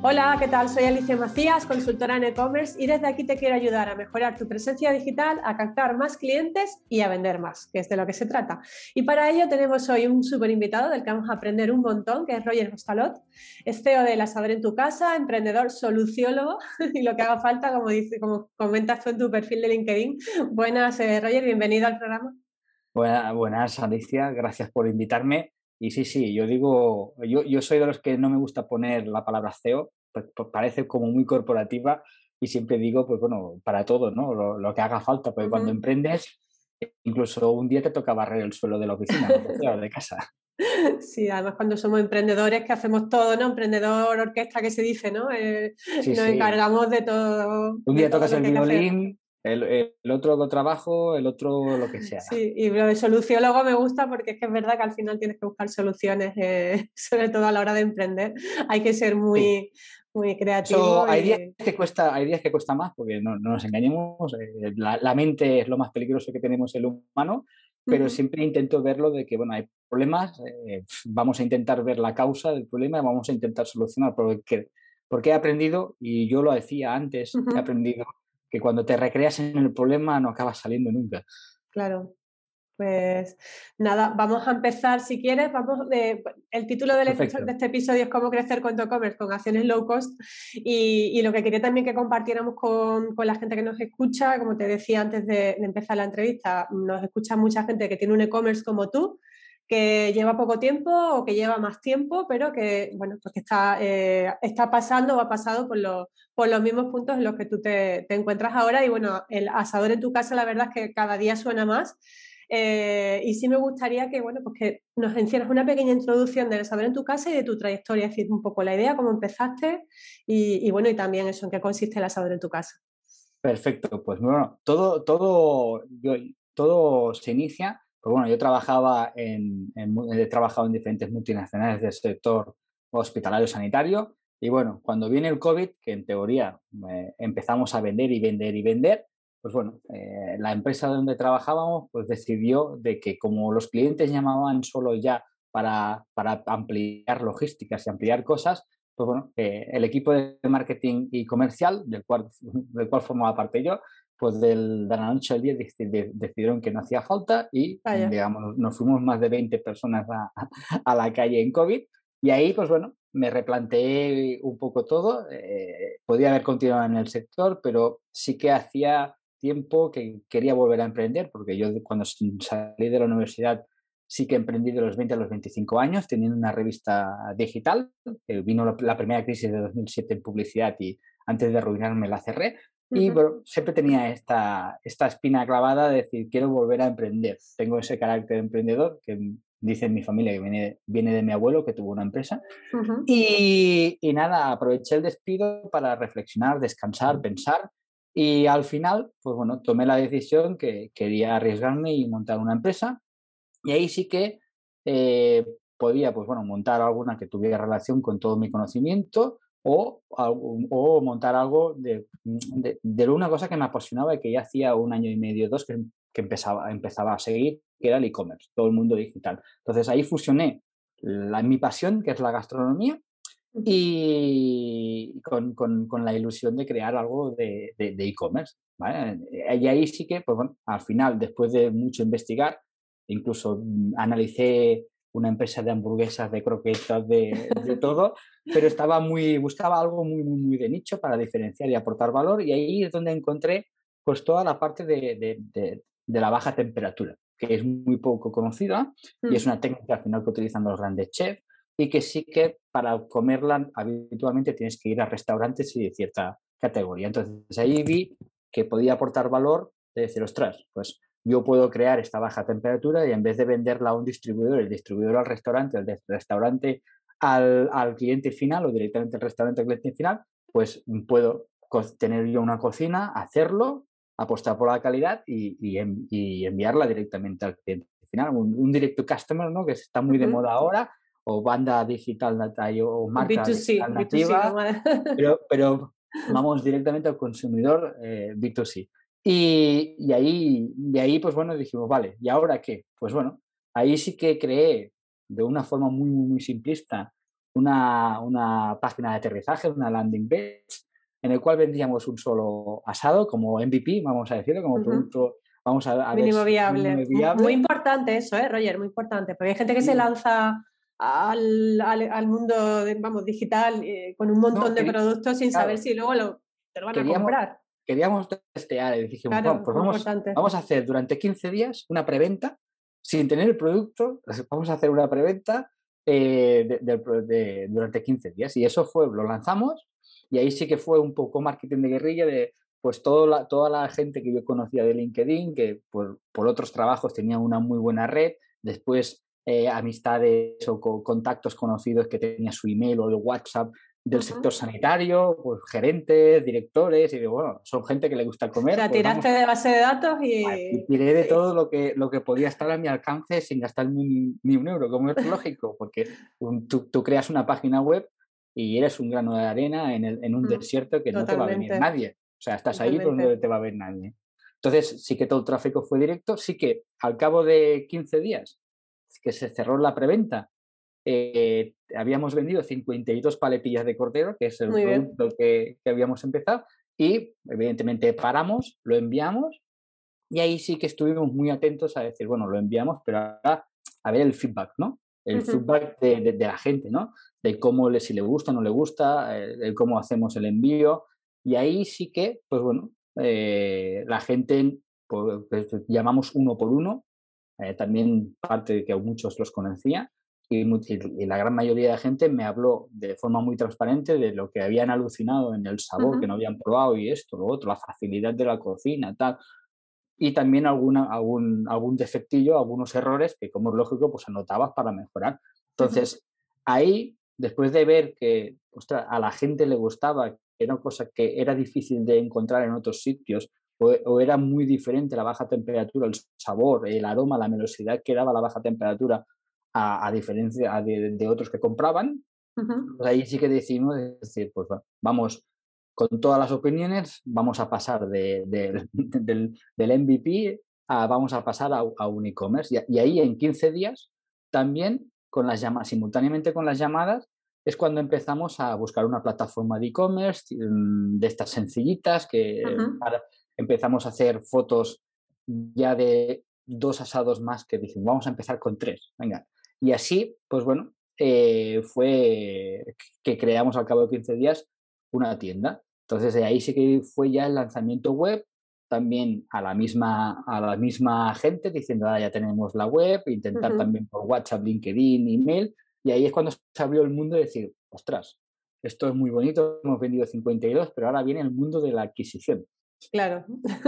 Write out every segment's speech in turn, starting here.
Hola, ¿qué tal? Soy Alicia Macías, consultora en e-commerce, y desde aquí te quiero ayudar a mejorar tu presencia digital, a captar más clientes y a vender más, que es de lo que se trata. Y para ello tenemos hoy un súper invitado del que vamos a aprender un montón, que es Roger Hostalot, es CEO de El Asador en tu casa, emprendedor, soluciólogo y lo que haga falta, como comentas tú en tu perfil de LinkedIn. Buenas, Roger, bienvenido al programa. Buenas, Alicia, gracias por invitarme. Y sí, yo soy de los que no me gusta poner la palabra CEO, pues parece como muy corporativa y siempre digo, pues bueno, para todo, ¿no? Lo que haga falta, porque cuando Uh-huh. emprendes, incluso un día te toca barrer el suelo de la oficina, no te quedas de casa. Sí, además cuando somos emprendedores que hacemos todo, ¿no? Emprendedor, orquesta que se dice, ¿no? Sí, Nos sí. encargamos Un de día todo tocas lo el que hay que hacer. violín, el otro con trabajo, el otro lo que sea. Sí, y lo de soluciólogo me gusta porque es que es verdad que al final tienes que buscar soluciones, sobre todo a la hora de emprender. Hay que ser Sí. muy, muy creativo Eso, y... hay días que cuesta más, porque no nos engañemos, la mente es lo más peligroso que tenemos el humano, pero Ujú. siempre intento verlo de que, bueno, hay problemas, vamos a intentar ver la causa del problema, vamos a intentar solucionar, porque he aprendido, y yo lo decía antes, he Ujú. aprendido que cuando te recreas en el problema no acabas saliendo nunca. Claro. Pues nada, vamos a empezar si quieres. El título de Perfecto. este episodio es Cómo crecer con tu e-commerce con acciones low cost y lo que quería también que compartiéramos con la gente que nos escucha, como te decía antes de empezar la entrevista, nos escucha mucha gente que tiene un e-commerce como tú, que lleva poco tiempo o que lleva más tiempo, pero que, bueno, pues que está pasando o ha pasado por los mismos puntos en los que tú te encuentras ahora. Y bueno, el asador en tu casa, la verdad es que cada día suena más. Y sí me gustaría que, bueno, pues que nos hicieras una pequeña introducción del saber en tu casa y de tu trayectoria, es decir, un poco la idea, cómo empezaste y bueno, y también eso, en qué consiste el saber en tu casa. Perfecto, pues bueno, todo se inicia, pues bueno, yo he trabajado en diferentes multinacionales del sector hospitalario sanitario y bueno, cuando viene el COVID, que en teoría empezamos a vender y vender y vender, pues bueno, la empresa donde trabajábamos pues decidió de que como los clientes llamaban solo ya para ampliar logísticas y ampliar cosas, pues bueno, el equipo de marketing y comercial, del cual formaba parte yo, pues de la noche al día decidieron que no hacía falta y, Vaya. digamos, nos fuimos más de 20 personas a la calle en COVID. Y ahí, pues bueno, me replanteé un poco todo. Podía haber continuado en el sector, pero sí que hacía tiempo que quería volver a emprender, porque yo cuando salí de la universidad sí que emprendí de los 20 a los 25 años, teniendo una revista digital. Vino la primera crisis de 2007 en publicidad y antes de arruinarme la cerré. Y Ujú. bueno, siempre tenía esta espina clavada de decir, quiero volver a emprender. Tengo ese carácter emprendedor que dice en mi familia que viene de mi abuelo, que tuvo una empresa. Ujú. Y nada, aproveché el despido para reflexionar, descansar, pensar. Y al final, pues bueno, tomé la decisión que quería arriesgarme y montar una empresa. Y ahí sí que podía, pues bueno, montar alguna que tuviera relación con todo mi conocimiento o montar algo de una cosa que me apasionaba y que ya hacía un año y medio, dos, que empezaba a seguir, que era el e-commerce, todo el mundo digital. Entonces ahí fusioné mi pasión, que es la gastronomía, Ujú. y con la ilusión de crear algo de e-commerce, ¿vale? Y ahí sí que, pues bueno, al final, después de mucho investigar, incluso analicé una empresa de hamburguesas, de croquetas, de todo, pero buscaba algo muy de nicho para diferenciar y aportar valor, y ahí es donde encontré pues toda la parte de la baja temperatura, que es muy poco conocida y es Mm. una técnica al final que utilizan los grandes chefs y que sí que para comerla habitualmente tienes que ir a restaurantes y de cierta categoría. Entonces ahí vi que podía aportar valor de decir, ostras, pues yo puedo crear esta baja temperatura y en vez de venderla a un distribuidor, el distribuidor al restaurante, el restaurante al cliente final o directamente el restaurante al cliente final, pues puedo tener yo una cocina, hacerlo, apostar por la calidad y enviarla directamente al cliente final. Un direct to customer, ¿no? Que está muy de Ujú. moda ahora, o banda digital o marca B2C, digital B2C, nativa, como... pero vamos directamente al consumidor B2C. Y ahí, pues bueno, dijimos, vale, ¿y ahora qué? Pues bueno, ahí sí que creé de una forma muy simplista una página de aterrizaje, una landing page, en el cual vendíamos un solo asado como MVP, vamos a decirlo, como producto, vamos a ver Mínimo si es viable. mínimo Muy viable. importante eso, Roger, muy importante, porque hay gente que se Y lanza al mundo, vamos, digital con un montón no, de productos sin saber claro, si luego te lo van a queríamos, comprar. queríamos testear y dijimos, bueno, Claro, es pues muy importante. vamos a hacer durante 15 días una preventa sin tener el producto, vamos a hacer una preventa durante 15 días. Y eso fue, lo lanzamos y ahí sí que fue un poco marketing de guerrilla de pues toda la gente que yo conocía de LinkedIn, que por otros trabajos tenía una muy buena red, después amistades o contactos conocidos que tenía su email o el WhatsApp del sector sanitario, pues gerentes, directores, y digo, bueno, son gente que le gusta O comer, sea, pues vamos tiraste de base de datos y y tiré de sí, todo lo que podía estar a mi alcance sin gastar ni un euro, como es lógico, porque tú creas una página web y eres un grano de arena en un desierto que no te va a venir totalmente, nadie. O sea, estás ahí, pero no totalmente. te va a ver nadie. Entonces, sí que todo el tráfico fue directo, sí que al cabo de 15 días que se cerró la preventa, habíamos vendido 52 paletillas de cordero, que es el Muy bien. producto que habíamos empezado, y evidentemente paramos, lo enviamos y ahí sí que estuvimos muy atentos a decir, bueno, lo enviamos, pero ahora a ver el feedback, ¿no? El feedback de la gente, ¿no? De cómo si le gusta o no le gusta, de cómo hacemos el envío. Y ahí sí que, pues bueno, la gente, pues, llamamos uno por uno, también parte de que a muchos los conocía, y la gran mayoría de gente me habló de forma muy transparente de lo que habían alucinado en el sabor, que no habían probado y esto, lo otro, la facilidad de la cocina, tal. Y también algún defectillo, algunos errores que, como es lógico, pues anotabas para mejorar. Entonces, ahí, después de ver que ostras, a la gente le gustaba, que era una cosa que era difícil de encontrar en otros sitios, o era muy diferente la baja temperatura, el sabor, el aroma, la melosidad que daba la baja temperatura, a diferencia de otros que compraban, pues ahí sí que decidimos decir, pues vamos con todas las opiniones, vamos a pasar del MVP vamos a pasar a un e-commerce. Y ahí en 15 días también con las llamadas, simultáneamente con las llamadas, es cuando empezamos a buscar una plataforma de e-commerce de estas sencillitas empezamos a hacer fotos ya de 2 asados más que dijimos, vamos a empezar con 3, venga. Y así, pues bueno, fue que creamos al cabo de 15 días una tienda. Entonces, de ahí sí que fue ya el lanzamiento web, también a la misma gente diciendo, ya tenemos la web, intentar también por WhatsApp, LinkedIn, email, y ahí es cuando se abrió el mundo de decir, ostras, esto es muy bonito, hemos vendido 52, pero ahora viene el mundo de la adquisición. Claro.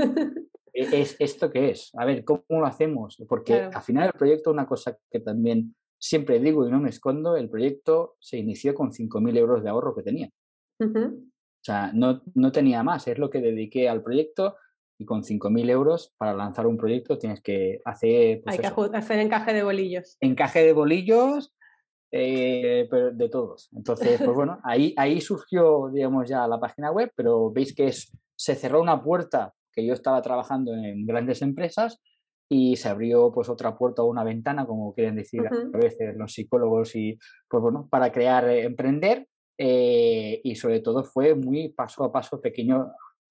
¿Es esto qué es? A ver, ¿cómo lo hacemos? Porque Claro. al final el proyecto, una cosa que también siempre digo y no me escondo, el proyecto se inició con 5.000 euros de ahorro que tenía. O sea, no tenía más, es lo que dediqué al proyecto y con 5.000 euros para lanzar un proyecto tienes que hacer, pues Hay que eso, hacer encaje de bolillos. encaje de bolillos, pero de todos. Entonces, pues bueno, ahí surgió, digamos, ya la página web, pero veis que se cerró una puerta que yo estaba trabajando en grandes empresas y se abrió pues otra puerta o una ventana, como quieren decir a veces los psicólogos, y pues bueno, para crear, emprender, y sobre todo fue muy paso a paso, pequeños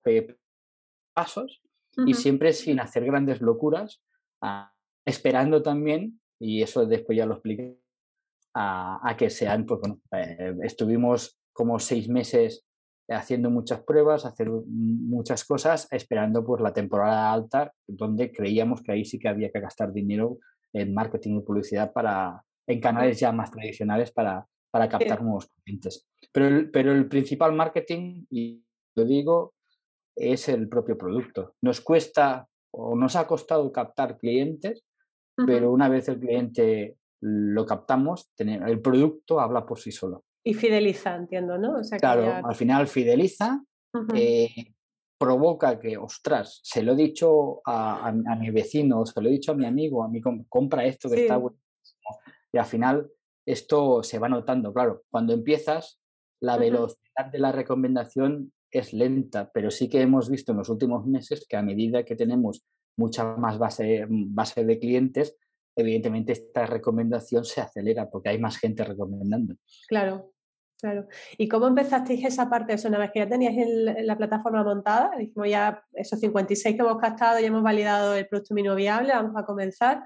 pasos y siempre sin hacer grandes locuras, esperando también, y eso después ya lo expliqué, a que sean, pues bueno, estuvimos como 6 meses haciendo muchas pruebas, hacer muchas cosas, esperando pues la temporada alta, donde creíamos que ahí sí que había que gastar dinero en marketing y publicidad en canales ya más tradicionales para captar Sí. nuevos clientes. Pero el principal marketing, y lo digo, es el propio producto. Nos cuesta o nos ha costado captar clientes, pero una vez el cliente lo captamos, el producto habla por sí solo. Y fideliza, entiendo, ¿no? O sea que Claro, ya. al final fideliza, Ujú. eh, provoca que, ostras, se lo he dicho a mi vecino, se lo he dicho a mi amigo, a mi compra esto que está Sí. buenísimo. Y al final esto se va notando, claro, cuando empiezas, la Ujú. velocidad de la recomendación es lenta, pero sí que hemos visto en los últimos meses que a medida que tenemos mucha más base de clientes, evidentemente esta recomendación se acelera porque hay más gente recomendando. Claro, claro. ¿Y cómo empezasteis esa parte? Eso, una vez que ya teníais la plataforma montada, dijimos ya esos 56 que hemos captado, ya hemos validado el producto mínimo viable, vamos a comenzar.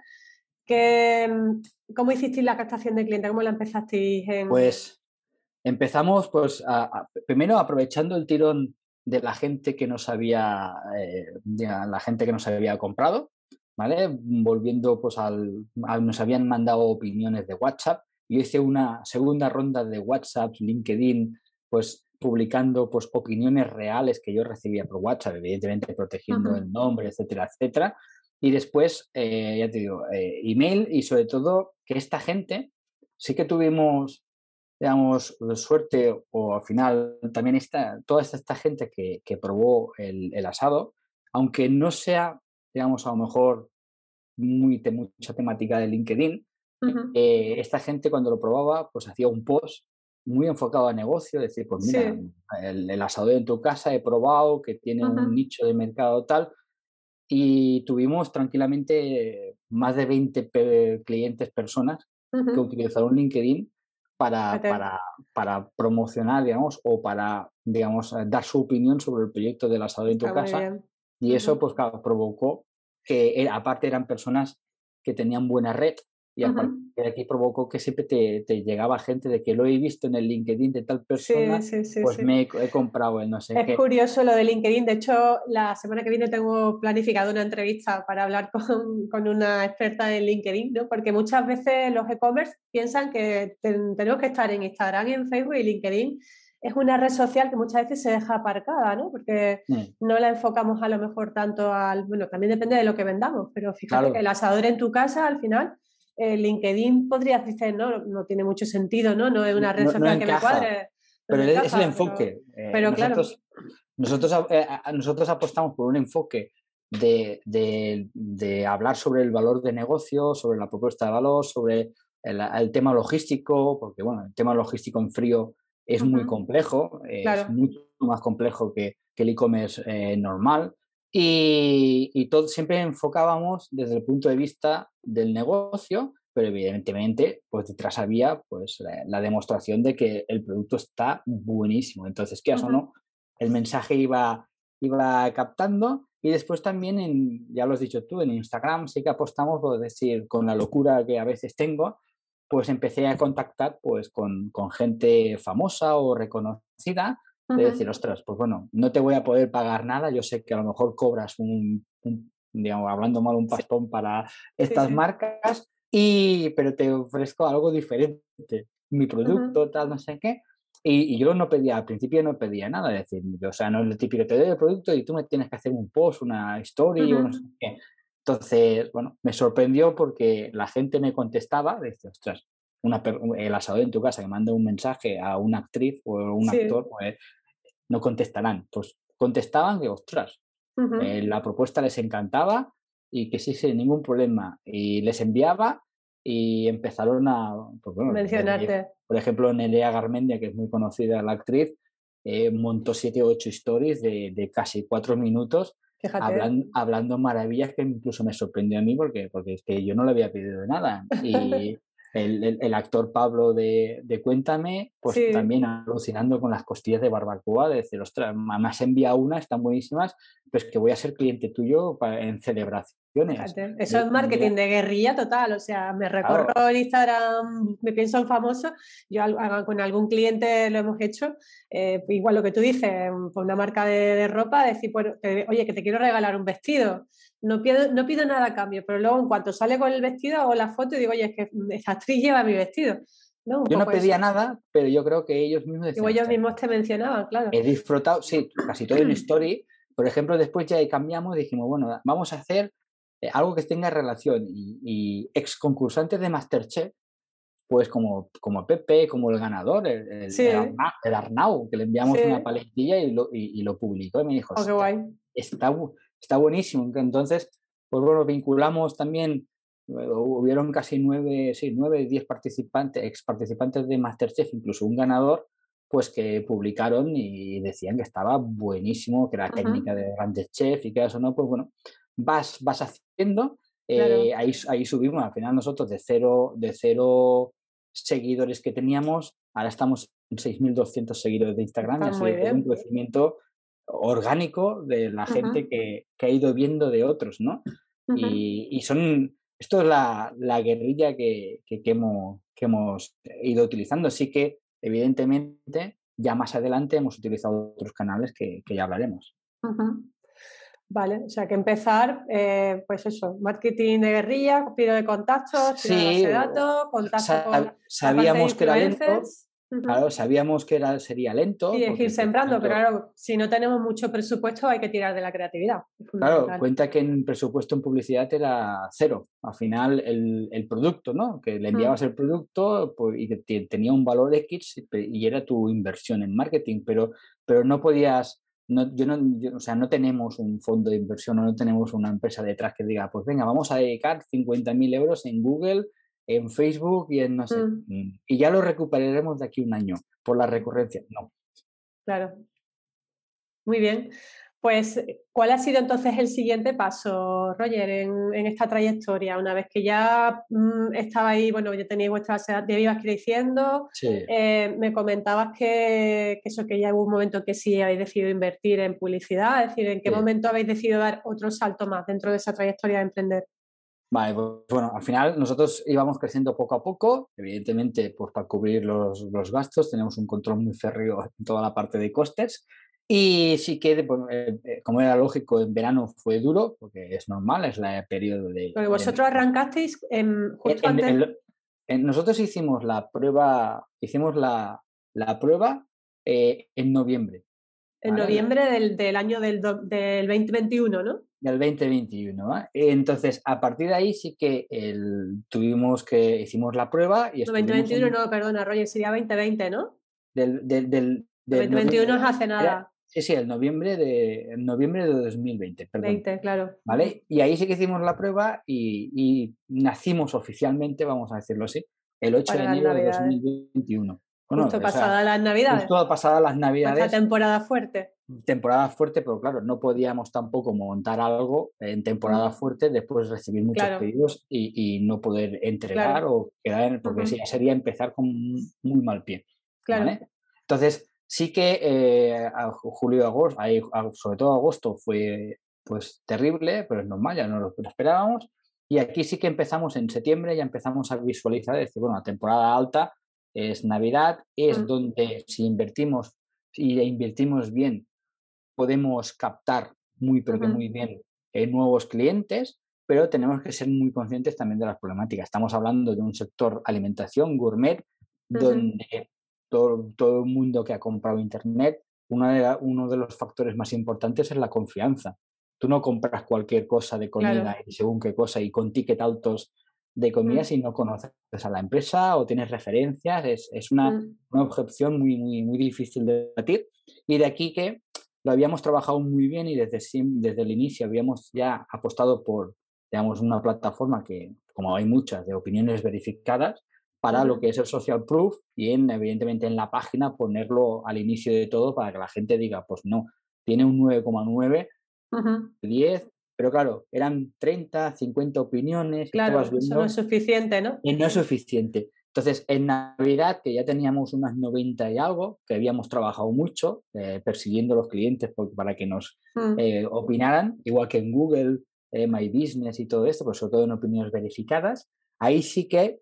¿Cómo hicisteis la captación de clientes? ¿Cómo la empezasteis Pues empezamos pues primero aprovechando el tirón de la gente que nos había, la gente que nos había comprado, ¿vale? Volviendo pues nos habían mandado opiniones de WhatsApp. Yo hice una segunda ronda de WhatsApp, LinkedIn, pues publicando pues opiniones reales que yo recibía por WhatsApp, evidentemente protegiendo el nombre, etcétera, etcétera. Y después, ya te digo, email y sobre todo que esta gente sí que tuvimos, digamos, suerte o al final también toda esta gente que probó el asado, aunque no sea, digamos, a lo mejor mucha temática de LinkedIn, Ujú. esta gente cuando lo probaba, pues hacía un post muy enfocado a negocio, decir, pues mira, Sí. el asador en tu casa he probado que tiene un Ujú, nicho de mercado tal, y tuvimos tranquilamente más de 20 clientes, personas que ujú. utilizaron LinkedIn para, Fíjate. para, para promocionar, digamos, o para, digamos, dar su opinión sobre el proyecto del asado en tu Está muy casa. bien. Y eso, Ujú, pues claro, provocó que, aparte eran personas que tenían buena red, y a partir ujú. de aquí provocó que siempre te llegaba gente de que lo he visto en el LinkedIn de tal Sí, persona, sí, sí, pues sí. he comprado el no sé Es qué. curioso lo de LinkedIn. De hecho, la semana que viene tengo planificado una entrevista para hablar con una experta en LinkedIn, ¿no? Porque muchas veces los e-commerce piensan que tenemos que estar en Instagram y en Facebook, y LinkedIn es una red social que muchas veces se deja aparcada, ¿no? Porque Mm, no la enfocamos a lo mejor tanto bueno, también depende de lo que vendamos, pero fíjate que el claro, asador en tu casa, al final, LinkedIn podría decir, no, no tiene mucho sentido, ¿no? No es una red no social que me encaja. cuadre, no Pero me es el encaja, enfoque. pero claro. Nosotros apostamos por un enfoque de hablar sobre el valor de negocio, sobre la propuesta de valor, sobre el tema logístico, porque bueno, el tema logístico en frío es muy Ujú, complejo, es claro. mucho más complejo que el e-commerce normal. Y todo, siempre enfocábamos desde el punto de vista del negocio, pero evidentemente pues detrás había pues la demostración de que el producto está buenísimo. Entonces, qué o Ujú, no, el mensaje iba captando. Y después también, ya lo has dicho tú, en Instagram sí que apostamos, por decir, con la locura que a veces tengo, pues empecé a contactar pues con gente famosa o reconocida, de decir, ujú. ostras, pues bueno, no te voy a poder pagar nada, yo sé que a lo mejor cobras digamos, hablando mal, un Sí, pastón para sí, estas sí. marcas, pero te ofrezco algo diferente, mi Ujú, producto, tal, no sé qué. Y yo no pedía, al principio no pedía nada, es decir, yo, o sea, no es lo típico, te doy el producto y tú me tienes que hacer un post, una story o no sé ujú. qué. Entonces, bueno, me sorprendió porque la gente me contestaba, decía, ostras, el asador en tu casa que manda un mensaje a una actriz o un Sí. actor, pues no contestarán. Pues contestaban que, ostras, Ujú. la propuesta les encantaba y que sí, sin ningún problema. Y les enviaba y empezaron pues bueno, Mencionarte. por ejemplo, Nerea Garmendia, que es muy conocida la actriz, montó 7 o 8 stories de casi 4 minutos Fíjate. hablando maravillas que incluso me sorprendió a mí porque es que yo no le había pedido nada. Y el actor Pablo de Cuéntame, pues Sí. también alucinando con las costillas de barbacoa, de decir, ostras, me has enviado una, están buenísimas, pues que voy a ser cliente tuyo en celebraciones. Fíjate, eso es marketing Mira, de guerrilla total, o sea, me recorro claro, el Instagram, me pienso en famosos, yo con algún cliente lo hemos hecho, igual lo que tú dices, con una marca de ropa, decir, bueno, oye, que te quiero regalar un vestido, no pido nada a cambio, pero luego en cuanto sale con el vestido hago la foto y digo, oye, es que esa actriz lleva mi vestido, ¿no? Un yo no poco pedía eso. nada, pero yo creo que ellos mismos Digo, decían, ellos ostras, mismos te mencionaban, claro. he disfrutado, sí, casi todo en story. Por ejemplo, después ya cambiamos, dijimos, bueno, vamos a hacer algo que tenga relación. Y ex concursantes de Masterchef, pues como Pepe, como el ganador, Sí, el Arnau, que le sí, enviamos una paletilla y lo publicó y me dijo, oh, qué "Hostia, guay. está buenísimo". Entonces, pues bueno, vinculamos también, hubieron casi 9, sí, 9, 10 participantes, ex participantes de Masterchef, incluso un ganador, pues que publicaron y decían que estaba buenísimo, que era técnica Ujú. de grandes chefs y que eso, ¿no? Pues bueno, vas haciendo. Claro. ahí subimos. Al final nosotros de cero seguidores que teníamos, ahora estamos en 6.200 seguidores de Instagram y Está ha muy sido todo un bien. crecimiento orgánico de la gente Ujú, que ha ido viendo de otros, ¿no? ujú. Esto es la guerrilla que hemos ido utilizando. Así que, evidentemente, ya más adelante hemos utilizado otros canales que ya hablaremos. Ujú. Vale, o sea que empezar, pues eso, marketing de guerrilla, tiro de contactos, tiro de base Sí, de datos, contacto con la parte de sabíamos que era lento, influencers. Ujú. claro, sabíamos que sería lento, Y es porque ir el sembrando, pero crecimiento. claro, si no tenemos mucho presupuesto hay que tirar de la creatividad, es Claro, fundamental. cuenta que en presupuesto en publicidad era cero. Al final, el producto, ¿no? Que le Mm, enviabas el producto pues, y que tenía un valor X y era tu inversión en marketing, pero no podías, no, o sea, no tenemos un fondo de inversión o no tenemos una empresa detrás que diga, pues venga, vamos a dedicar 50.000 euros en Google, en Facebook y en no sé. mm, Y ya lo recuperaremos de aquí a un año por la mm, recurrencia. No. claro, muy bien. Pues, ¿cuál ha sido entonces el siguiente paso, Roger, en esta trayectoria? Una vez que ya estabais, bueno, ya teníais vuestra base de datos, ya ibas creciendo, Sí. me comentabas que eso, que ya hubo un momento en que sí habéis decidido invertir en publicidad, es decir, ¿en qué Sí. momento habéis decidido dar otro salto más dentro de esa trayectoria de emprender? Vale, pues bueno, al final nosotros íbamos creciendo poco a poco, evidentemente, pues para cubrir los gastos tenemos un control muy férreo en toda la parte de costes y sí que, pues, como era lógico, en verano fue duro, porque es normal, es el periodo Porque vosotros arrancasteis justo en- antes, en- nosotros hicimos la prueba en noviembre, en ¿vale? noviembre del año del 2021, ¿no? Del 2021, ¿va? Entonces, a partir de ahí sí que hicimos la prueba y No, estuvimos 2021 no, perdona, Roger, sería 2020, ¿no? El del noviembre, 2021 es hace nada, sí, sí, el noviembre de 2020, perdón, 20, claro. Ujú. ¿vale? Y ahí sí que hicimos la prueba y nacimos oficialmente, vamos a decirlo así, el 8 de Para las enero de Navidades, 2021. Bueno, justo o sea, pasadas las Navidades, justo pasadas las vuestra Navidades, temporada fuerte. temporada fuerte, pero claro, no podíamos tampoco montar algo en temporada Mm, fuerte, después recibir muchos claro, pedidos y no poder entregar claro. o quedar, porque sí, Ujú, sería empezar con muy mal pie, claro. ¿vale? Entonces, sí que julio, agosto, sobre todo agosto fue pues terrible, pero es normal, ya no lo esperábamos. Y aquí sí que empezamos en septiembre, ya empezamos a visualizar, decir, bueno, la temporada alta es Navidad, es Mm, donde si invertimos y invertimos bien podemos captar muy, pero que ujú, muy bien nuevos clientes, pero tenemos que ser muy conscientes también de las problemáticas. Estamos hablando de un sector alimentación, gourmet, ujú, donde todo el mundo que ha comprado Internet, uno de los factores más importantes es la confianza. Tú no compras cualquier cosa de comida claro. y según qué cosa y con ticket altos de comida Mm, si no conoces a la empresa o tienes referencias. Es mm, una objeción muy, muy, muy difícil de batir. Y de aquí que lo habíamos trabajado muy bien y desde el inicio habíamos ya apostado por, digamos, una plataforma que, como hay muchas, de opiniones verificadas, para lo ujú, que es el social proof y evidentemente en la página ponerlo al inicio de todo para que la gente diga, pues no, tiene un 9,9, ujú. 10, pero claro, eran 30, 50 opiniones y estabas Claro, eso no es viendo suficiente, ¿no? y no es suficiente. Entonces, en Navidad, que ya teníamos unas 90 y algo, que habíamos trabajado mucho persiguiendo a los clientes para que nos Mm, opinaran, igual que en Google, My Business y todo esto, pues sobre todo en opiniones verificadas, ahí sí que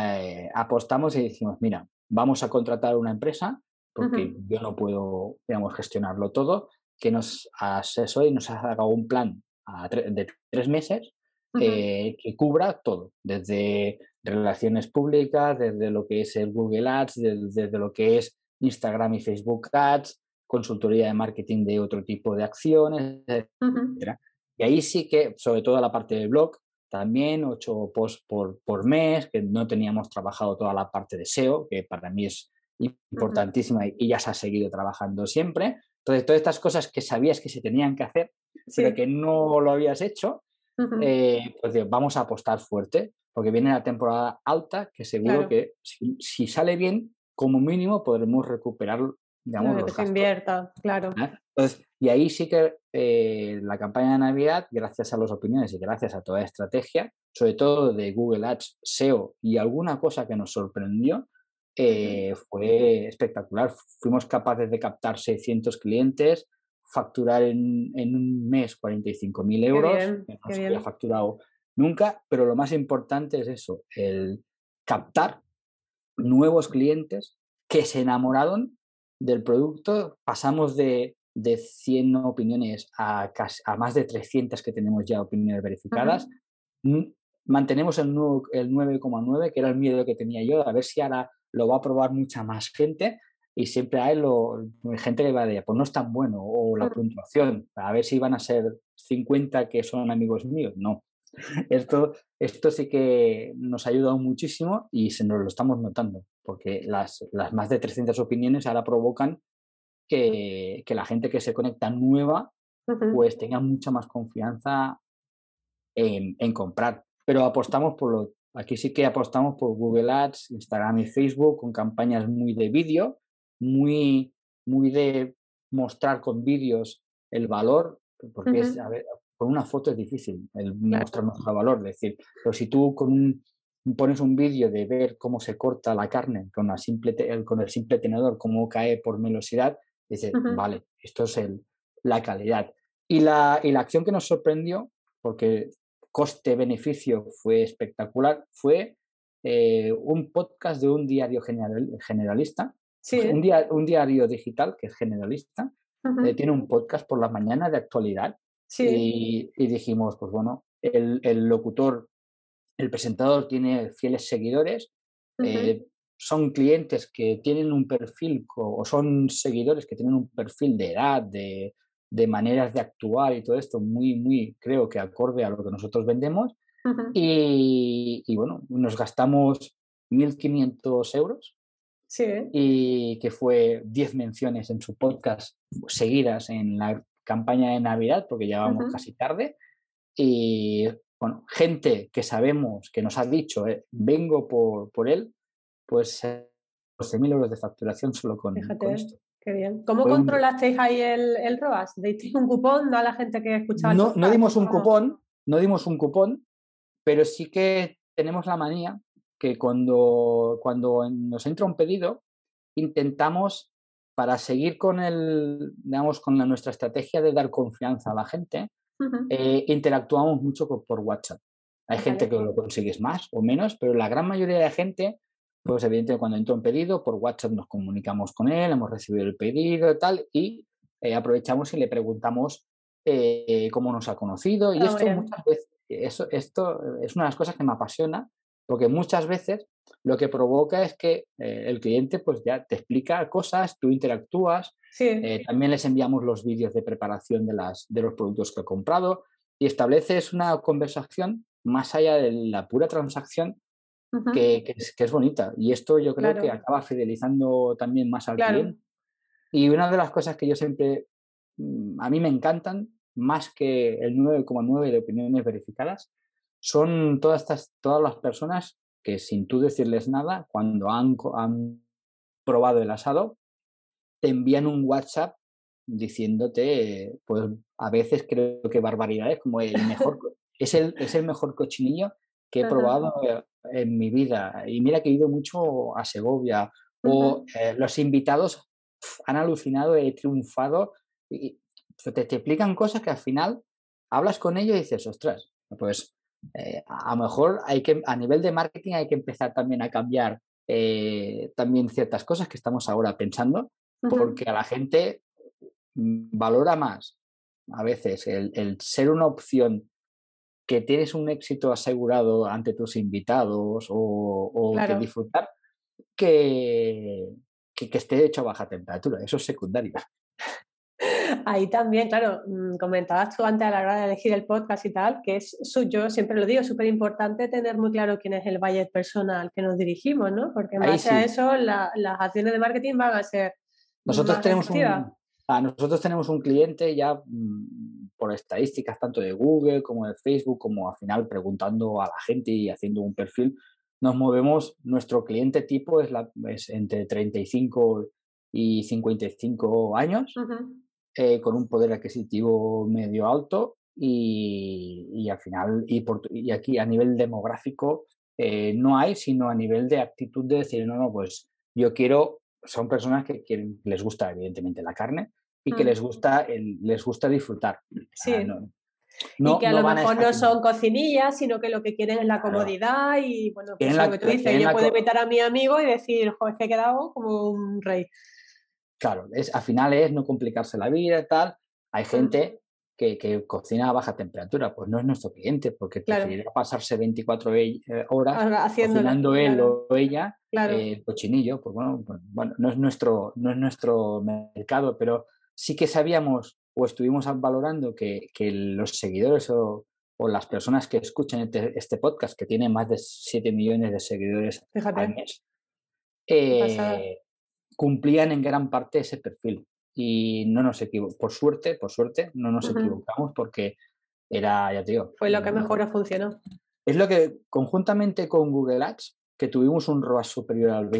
apostamos y decimos, mira, vamos a contratar una empresa, porque ujú, yo no puedo, digamos, gestionarlo todo, que nos asesore y nos haga un plan de 3 meses ujú, que cubra todo, desde relaciones públicas, desde lo que es el Google Ads, desde lo que es Instagram y Facebook Ads, consultoría de marketing de otro tipo de acciones, ujú, etcétera. Y ahí sí que, sobre todo la parte de blog, también 8 posts por mes, que no teníamos trabajado toda la parte de SEO, que para mí es ujú. importantísima y ya se ha seguido trabajando siempre. Entonces, todas estas cosas que sabías que se tenían que hacer, pero que Sí. no lo habías hecho, Ujú, pues digo, vamos a apostar fuerte, porque viene la temporada alta, que seguro claro. que si sale bien, como mínimo podremos recuperar, digamos, Lo que los se gastos. invierta, claro. ¿Eh? Entonces, Y ahí sí que la campaña de Navidad, gracias a las opiniones y gracias a toda la estrategia, sobre todo de Google Ads, SEO y alguna cosa que nos sorprendió, fue espectacular. Fuimos capaces de captar 600 clientes, facturar en un mes 45.000 Qué euros, bien, que no qué se había bien. facturado nunca, pero lo más importante es eso, el captar nuevos clientes que se enamoraron del producto. Pasamos de 100 opiniones a más de 300 que tenemos ya opiniones verificadas. Ujú. Mantenemos el 9,9, que era el miedo que tenía yo, a ver si ahora lo va a probar mucha más gente. Y siempre hay gente que va de, pues no es tan bueno, o la Mm. puntuación, a ver si van a ser 50 que son amigos míos. No, esto sí que nos ha ayudado muchísimo y se nos lo estamos notando, porque las más de 300 opiniones ahora provocan que la gente que se conecta nueva Ujú. pues tenga mucha más confianza en comprar. Pero aquí sí que apostamos por Google Ads, Instagram y Facebook con campañas muy de vídeo, muy, muy de mostrar con vídeos el valor, porque a Ujú. ver, con una foto es difícil el Claro. mostrar nuestro valor, es decir, pero si tú pones un vídeo de ver cómo se corta la carne con el simple tenedor, cómo cae por velocidad, dices, Ujú. vale, esto es la calidad. Y la acción que nos sorprendió, porque coste-beneficio fue espectacular, fue un podcast de un diario generalista, un, Sí. un diario digital que es generalista, Ujú. tiene un podcast por la mañana de actualidad Sí. y dijimos, pues bueno, el locutor, el presentador tiene fieles seguidores, Ujú. son clientes que tienen un perfil o son seguidores que tienen un perfil de edad, de maneras de actuar y todo esto muy, muy, creo que acorde a lo que nosotros vendemos. Ujú. Y bueno, nos gastamos 1.500 euros Sí. y que fue 10 menciones en su podcast seguidas en la campaña de Navidad, porque ya vamos Ujú. casi tarde. Y bueno, gente que sabemos que nos ha dicho, vengo por él, pues 12.000 euros de facturación solo con Fíjate, esto. qué bien. ¿Cómo Fue un, controlasteis ahí el ROAS? ¿Disteis un cupón a la gente que escuchaba el no podcast? dimos un ¿Cómo? cupón, no dimos un cupón, pero sí que tenemos la manía que cuando nos entra un pedido, intentamos, para seguir digamos, nuestra estrategia de dar confianza a la gente, Ujú. interactuamos mucho por WhatsApp. Hay gente Vale. que lo consigues más o menos, pero la gran mayoría de gente, pues evidentemente cuando entra un pedido, por WhatsApp nos comunicamos con él, hemos recibido el pedido y tal, y aprovechamos y le preguntamos cómo nos ha conocido. Y Ah, muy esto bien. muchas veces, esto es una de las cosas que me apasiona, porque muchas veces lo que provoca es que el cliente pues ya te explica cosas, tú interactúas, Sí. también les enviamos los vídeos de preparación de los productos que he comprado y estableces una conversación más allá de la pura transacción Ujú. que es bonita. Y esto yo creo que Claro, acaba fidelizando también más al claro. cliente. Y una de las cosas que yo siempre, a mí me encantan, más que el 9,9 de opiniones verificadas, son todas las personas que sin tú decirles nada, cuando han probado el asado, te envían un WhatsApp diciéndote, pues a veces creo que barbaridades como es el mejor cochinillo que he Ajá. probado en mi vida. Y mira que he ido mucho a Segovia o Ujú. los invitados han alucinado, he triunfado y te explican cosas que al final hablas con ellos y dices, ostras, pues a lo mejor a nivel de marketing hay que empezar también a cambiar también ciertas cosas que estamos ahora pensando Ujú. porque a la gente valora más a veces el ser una opción que tienes un éxito asegurado ante tus invitados o que Claro. disfrutar que esté hecho a baja temperatura. Eso es secundario. Ahí también, claro, comentabas tú antes a la hora de elegir el podcast y tal, que yo siempre lo digo, súper importante tener muy claro quién es el buyer persona al que nos dirigimos, ¿no? Porque en Ahí base a sí. eso las acciones de marketing van a ser Nosotros más tenemos efectivas. nosotros tenemos un cliente ya por estadísticas tanto de Google como de Facebook, como al final preguntando a la gente y haciendo un perfil, nos movemos, nuestro cliente tipo es entre 35 y 55 años Ujú. con un poder adquisitivo medio alto y al final, y aquí a nivel demográfico no hay, sino a nivel de actitud de decir, no, no, pues yo quiero, son personas que quieren, les gusta evidentemente la carne y que les gusta disfrutar. Sí. No, Y no, que a no lo van a mejor no escatimar. son cocinillas, sino que lo que quieren es la Claro, comodidad y, bueno, pues quieren eso es lo que tú dices, quieren yo puedo invitar a mi amigo y decir, joder, es que he quedado como un rey. claro, al final es no complicarse la vida y tal. Hay Mm, gente que cocina a baja temperatura, pues no es nuestro cliente, porque claro, preferirá pasarse 24 horas haciéndolo, cocinando él claro, o ella claro. el cochinillo. Pues bueno, no es nuestro mercado, pero sí que sabíamos o estuvimos valorando que los seguidores o las personas que escuchan este podcast, que tiene más de 7 millones de seguidores al Fíjate, mes, qué pasada. eh, cumplían en gran parte ese perfil. Y no nos equivocamos, por suerte, no nos Ujú. equivocamos porque era, ya te digo, Fue lo que mejor os funcionó. es lo que conjuntamente con Google Ads, que tuvimos un ROAS superior al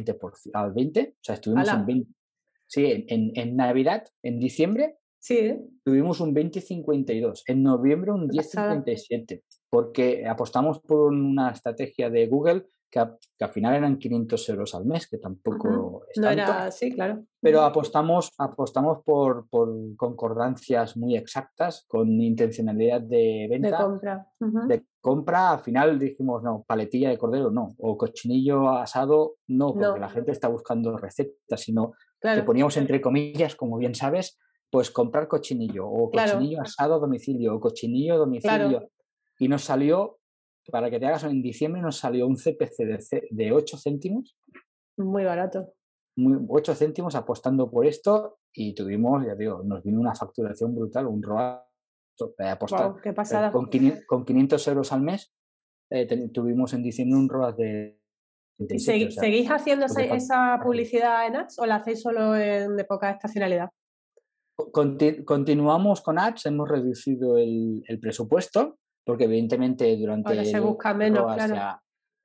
20, o sea, estuvimos en ¡Hala! 20, sí, en Navidad, en diciembre, Sí, ¿eh? tuvimos un 20,52, en noviembre un Qué diez coma pasada. cincuenta y siete porque apostamos por una estrategia de Google que al final eran 500 euros al mes, que Ujú. tampoco es No tanto. era así, claro. Pero Ujú. apostamos por concordancias muy exactas, con intencionalidad de De venta, compra. Ujú. de compra. Al final dijimos, no, paletilla de cordero no, o cochinillo asado no, porque la No, gente está buscando recetas, sino que claro, poníamos entre comillas, como bien sabes, pues comprar cochinillo, o claro, cochinillo asado a domicilio, o cochinillo a claro. domicilio. Y nos salió, para que te hagas, en diciembre nos salió un CPC de 8 céntimos, Muy barato. 8 céntimos apostando por esto y tuvimos, ya digo, nos vino una facturación brutal, un ROAS de apostar. Wow, qué pasada. Con 500 euros al mes tuvimos en diciembre un ROAS de ¿Y 37, o sea, seguís haciendo porque esa publicidad en ads o la hacéis solo de poca estacionalidad? continuamos con ads, hemos reducido el presupuesto, porque evidentemente Ahora durante se el busca menos, ROAS claro. ya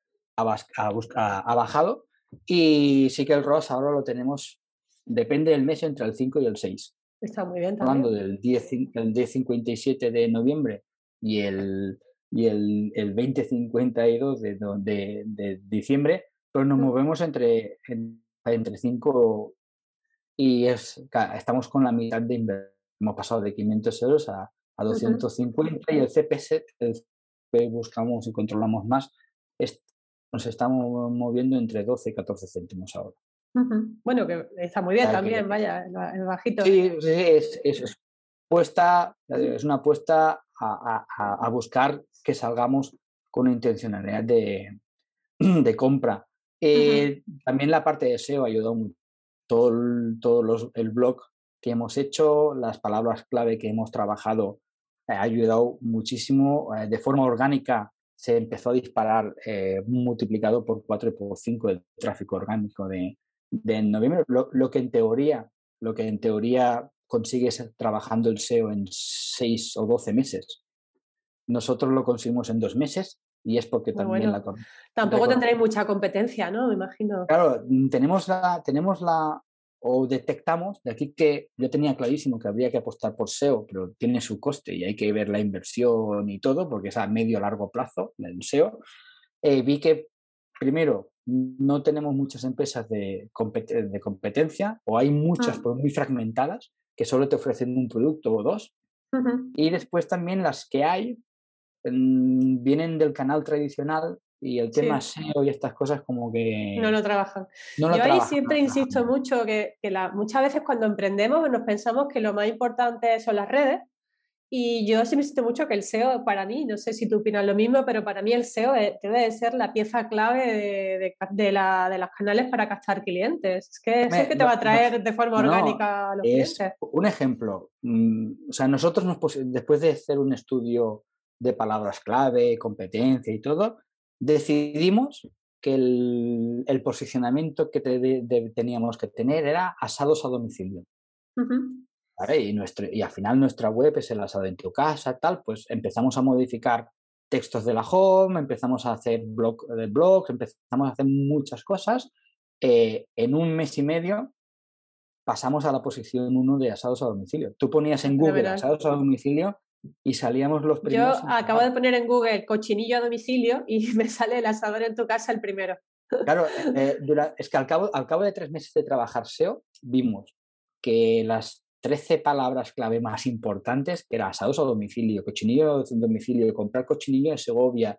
ha bajado, y sí que el ROAS ahora lo tenemos, depende del mes, entre el 5 y el 6. Está muy bien Hablando también. del 10,57 de noviembre y el 20,52 de diciembre, pues nos Mm, movemos entre 5 y estamos con la mitad de inversión. Hemos pasado de 500 euros a ujú, 250, y el CPS, el que buscamos y controlamos más, es- nos estamos moviendo entre 12 y 14 céntimos ahora. ujú. Bueno, que está muy O bien sea también, que vaya, es bajito. sí, sí, es una apuesta a buscar que salgamos con una intencionalidad de compra. Ujú. También la parte de SEO ha ayudado mucho. El blog que hemos hecho, las palabras clave que hemos trabajado, ha ayudado muchísimo. De forma orgánica se empezó a disparar, multiplicado por 4 y por 5 el tráfico orgánico de noviembre. Lo que en teoría consigues trabajando el SEO en 6 o 12 meses. Nosotros lo conseguimos en 2 meses, y es porque Muy también bueno. Tampoco tendréis mucha competencia, ¿no? Me imagino. claro, o detectamos, de aquí que yo tenía clarísimo que habría que apostar por SEO, pero tiene su coste y hay que ver la inversión y todo, porque es a medio largo plazo el SEO. Vi que, primero, no tenemos muchas empresas de competencia, o hay muchas, Mm, pero muy fragmentadas, que solo te ofrecen un producto o dos. ujú. Y después también las que hay vienen del canal tradicional, y el tema Sí. SEO y estas cosas como No que lo trabajan. no lo Yo ahí trabajan, no siempre lo trabajan insisto bien. mucho muchas veces cuando emprendemos nos pensamos que lo más importante son las redes y yo siempre insisto mucho que el SEO para mí, no sé si tú opinas lo mismo, pero para mí el SEO debe de ser la pieza clave de los canales para captar clientes. Es que eso es que te No, va a no, traer de forma no, orgánica a los es clientes. un ejemplo. O sea, nosotros después de hacer un estudio de palabras clave, competencia y todo, decidimos que el posicionamiento que teníamos que tener era asados a domicilio. Ujú. ¿Vale? Y al final nuestra web es el asado en tu casa, tal. Pues empezamos a modificar textos de la home, empezamos a hacer blogs, empezamos a hacer muchas cosas. En un mes y medio pasamos a la posición 1 de asados a domicilio. Tú ponías en Google Fenomenal. asados a domicilio y salíamos los Yo primeros sin acabo de parar. poner en Google cochinillo a domicilio y me sale el asador en tu casa el primero. Claro, es que al cabo de 3 meses de trabajar SEO, vimos que las 13 palabras clave más importantes, que era asados a domicilio, cochinillo a domicilio, comprar cochinillo en Segovia,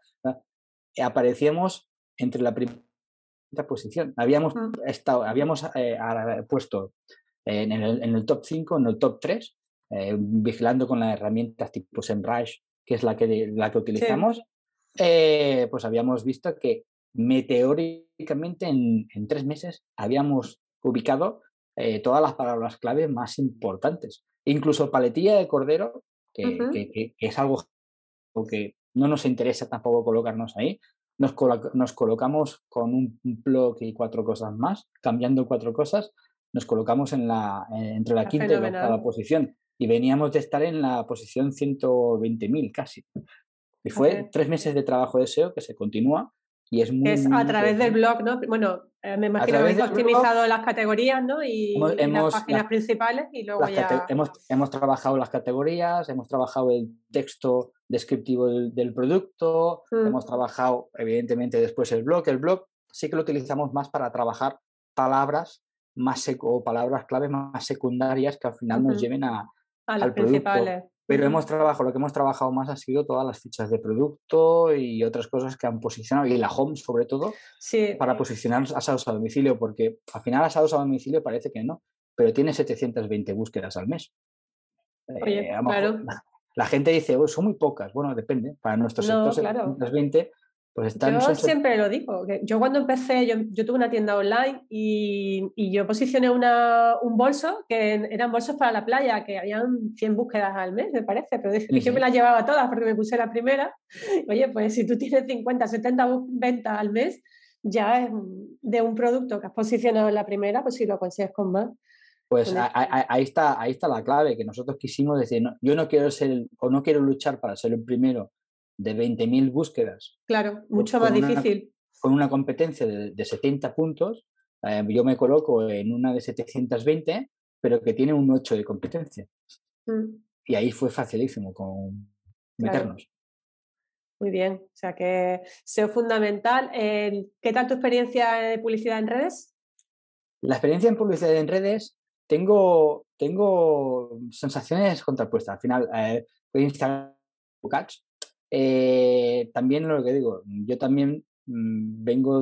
aparecíamos entre la primera posición. Mm, Habíamos puesto en el top 5, en el top 3, vigilando con las herramientas tipo SEMrush, que es la que sí, utilizamos, pues habíamos visto que meteóricamente en 3 meses habíamos ubicado todas las palabras clave más importantes. Incluso paletilla de cordero, ujú, que es algo que no nos interesa tampoco colocarnos ahí. Nos colocamos con un blog y 4 cosas más, cambiando 4 cosas, nos colocamos entre la está quinta y la octava fenomenal. posición y veníamos de estar en la posición 120.000 casi. Y fue Fíjate. 3 meses de trabajo de SEO que se continúa y es Que muy, es muy a través del interesante. blog, ¿no? Bueno, me A imagino que través habéis del blog optimizado las categorías, ¿no? hemos, Y las hemos, páginas las principales y luego Las ya. hemos trabajado las categorías, hemos trabajado el texto descriptivo del producto, hemos Mm, trabajado evidentemente después el blog. El blog sí que lo utilizamos más para trabajar palabras o palabras clave más secundarias que al final nos ujú, lleven a las al producto. principales. Pero Ujú. lo que hemos trabajado más ha sido todas las fichas de producto y otras cosas que han posicionado, y la home sobre todo, Sí, para posicionar asados a domicilio, porque al final asados a domicilio parece que no, pero tiene 720 búsquedas al mes. oye, A lo mejor claro. la gente dice: "Oh, son muy pocas". Bueno, depende. Para nuestro sector No, claro. 720, pues Yo siempre lo digo, que yo cuando empecé, yo tuve una tienda online y yo posicioné un bolso que eran bolsos para la playa, que habían 100 búsquedas al mes, me parece, pero sí, yo me sí. las llevaba todas porque me puse la primera. Oye, pues si tú tienes 50, 70 ventas al mes, ya es de un producto que has posicionado en la primera, pues si lo consigues con más, Pues con esto. ahí está la clave, que nosotros quisimos decir: Yo no quiero ser o no quiero luchar para ser el primero de 20.000 búsquedas Claro, con mucho con más una difícil. con una competencia de 70 puntos. Yo me coloco en una de 720, pero que tiene un 8 de competencia. Mm, Y ahí fue facilísimo con claro. meternos. Muy bien, o sea que SEO fundamental. ¿Qué tal tu experiencia de publicidad en redes? La experiencia en publicidad en redes, tengo sensaciones contrapuestas. Al final, Instagram, Ads, también lo que digo, yo también vengo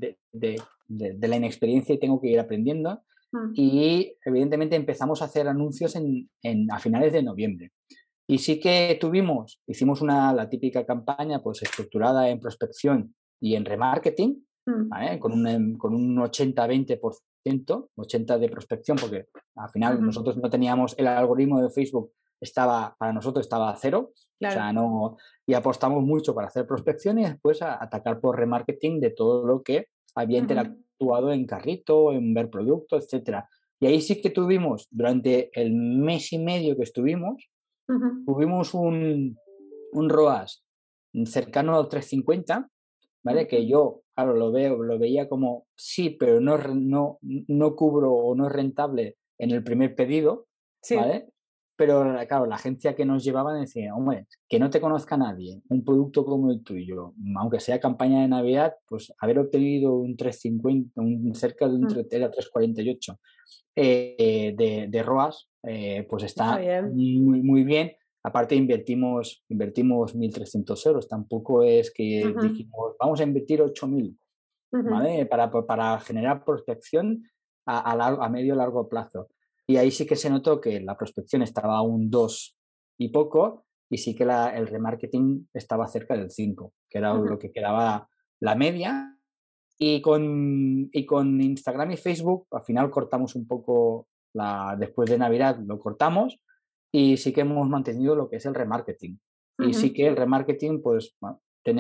de la inexperiencia y tengo que ir aprendiendo. Mm, Y evidentemente empezamos a hacer anuncios a finales de noviembre. Y sí que hicimos la típica campaña pues estructurada en prospección y en remarketing, mm, ¿vale? Con un 80-20%, 80 de prospección, porque al final ujú, nosotros no teníamos, el algoritmo de Facebook para nosotros estaba a cero, o sea, claro. no, y apostamos mucho para hacer prospección y después atacar por remarketing de todo lo que había Ujú, interactuado en carrito, en ver producto, etcétera. Y ahí sí que durante el mes y medio que ujú, tuvimos un ROAS cercano al 350, ¿vale? Que ujú. yo, claro, lo veía como sí, pero no cubro o no es rentable en el primer pedido, Sí, ¿vale? Pero claro, la agencia que nos llevaba decía: hombre, que no te conozca nadie, un producto como el tuyo, aunque sea campaña de Navidad, pues haber obtenido un 350, cerca de mm, era 348 de ROAS, pues está está bien. muy, muy bien. Aparte invertimos 1.300 euros, tampoco es que Ujú, dijimos: vamos a invertir 8.000, ujú, ¿vale? Para generar prospección a medio largo plazo. Y ahí sí que se notó que la prospección estaba a un 2 y poco, y sí que el remarketing estaba cerca del 5, que era lo ujú. que quedaba la media. Y con Instagram y Facebook, al final cortamos un poco, después de Navidad lo cortamos, y sí que hemos mantenido lo que es el remarketing. Y sí Ujú. que el remarketing, pues bueno,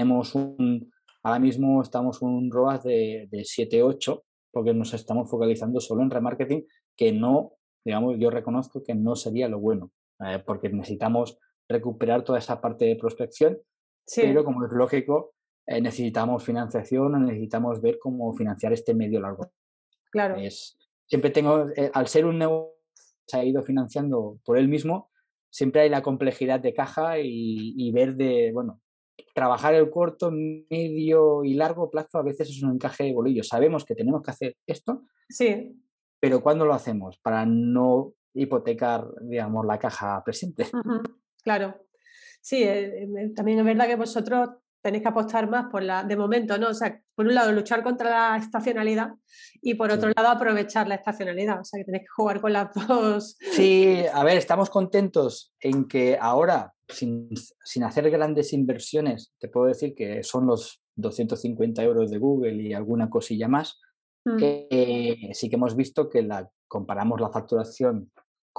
ahora mismo estamos un ROAS de 7-8, porque nos estamos focalizando solo en remarketing, que no, digamos, yo reconozco que no sería lo bueno, porque necesitamos recuperar toda esa parte de prospección, pero Sí, como es lógico, necesitamos financiación o necesitamos ver cómo financiar este medio largo. claro. Es, siempre tengo, al ser un negocio que se ha ido financiando por él mismo, siempre hay la complejidad de caja y ver de, bueno, trabajar el corto, medio y largo plazo a veces es un encaje de bolillos. Sabemos que tenemos que hacer esto, Sí. pero ¿cuándo lo hacemos? Para no hipotecar, digamos, la caja presente. Ujú, claro. Sí, también es verdad que vosotros tenéis que apostar más por de momento, ¿no? O sea, por un lado luchar contra la estacionalidad y por otro Sí. lado aprovechar la estacionalidad. O sea, que tenéis que jugar con las dos. Sí, a ver, estamos contentos en que ahora, sin hacer grandes inversiones, te puedo decir que son los 250 euros de Google y alguna cosilla más, Mm, sí que hemos visto que comparamos la facturación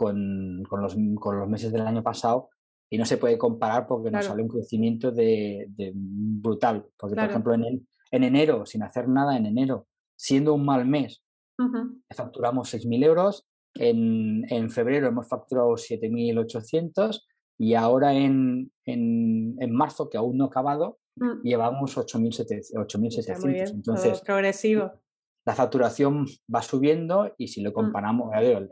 con los meses del año pasado y no se puede comparar porque nos sale claro, un crecimiento de brutal. Porque, por claro. ejemplo, en enero, sin hacer nada, en enero, siendo un mal mes, Ujú, facturamos 6.000 euros, en febrero hemos facturado 7.800 y ahora en marzo, que aún no ha acabado, mm. llevamos O sea, muy 8.700. bien, todo Entonces, progresivo. la facturación va subiendo y si lo Mm, comparamos,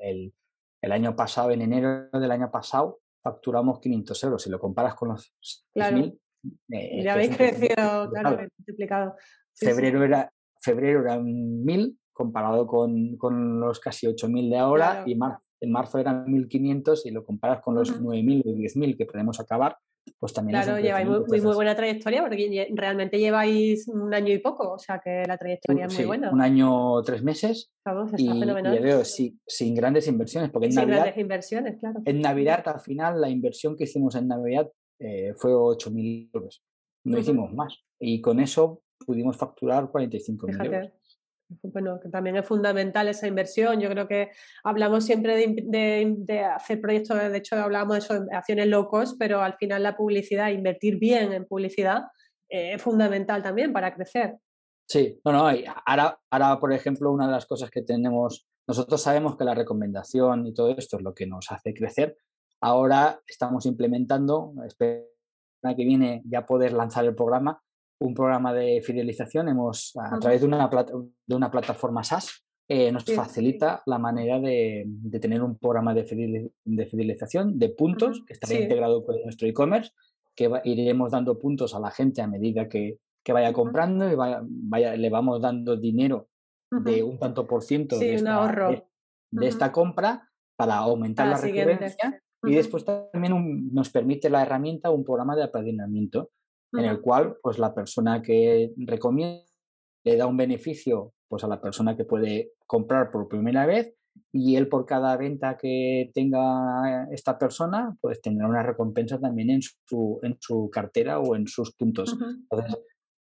el año pasado, en enero del año pasado, facturamos 500 euros. Si lo comparas con los claro. 6.000, Ya es habéis un crecimiento crecido, claro, brutal. habéis multiplicado. Sí, sí, Febrero era, febrero eran 1.000 comparado con los casi 8.000 de ahora y claro. en marzo eran 1.500 y lo comparas con los Ujú. 9.000 o 10.000 que podemos acabar, pues también es un Claro, lleváis crecimiento. muy Entonces, buena trayectoria porque realmente lleváis un año y poco, o sea que la trayectoria es muy sí, buena. un año, 3 meses Vamos, está y ya fenomenal. veo, sí, sin grandes inversiones, porque Y sin grandes inversiones, claro. En Navidad, al final, la inversión que hicimos en Navidad fue 8.000 euros. No Ujú, hicimos más. Y con eso pudimos facturar 45.000 euros. fíjate. Bueno, que también es fundamental esa inversión. Yo creo que hablamos siempre de hacer proyectos, de hecho hablábamos de eso, de acciones low cost, pero al final la publicidad, invertir bien en publicidad, es fundamental también para crecer. Sí, no, no, y ahora, por ejemplo, una de las cosas que tenemos, nosotros sabemos que la recomendación y todo esto es lo que nos hace crecer. Ahora estamos implementando, espero que viene ya poder lanzar el programa, un programa de fidelización. A través Ujú, de una plataforma SaaS, nos sí, facilita la manera de tener un programa de fidelización de puntos ujú, que estará sí, integrado con nuestro e-commerce, que iremos dando puntos a la gente a medida que vaya ujú, comprando y le vamos dando dinero de ujú. un tanto por ciento Sí, un ahorro. de Ujú. esta compra para aumentar Para la la siguiente. recurrencia y Ujú, después también nos permite la herramienta un programa de apadrinamiento en el ujú, cual pues la persona que recomienda le da un beneficio pues a la persona que puede comprar por primera vez y él por cada venta que tenga esta persona pues tendrá una recompensa también en su cartera o en sus puntos. ujú. Entonces,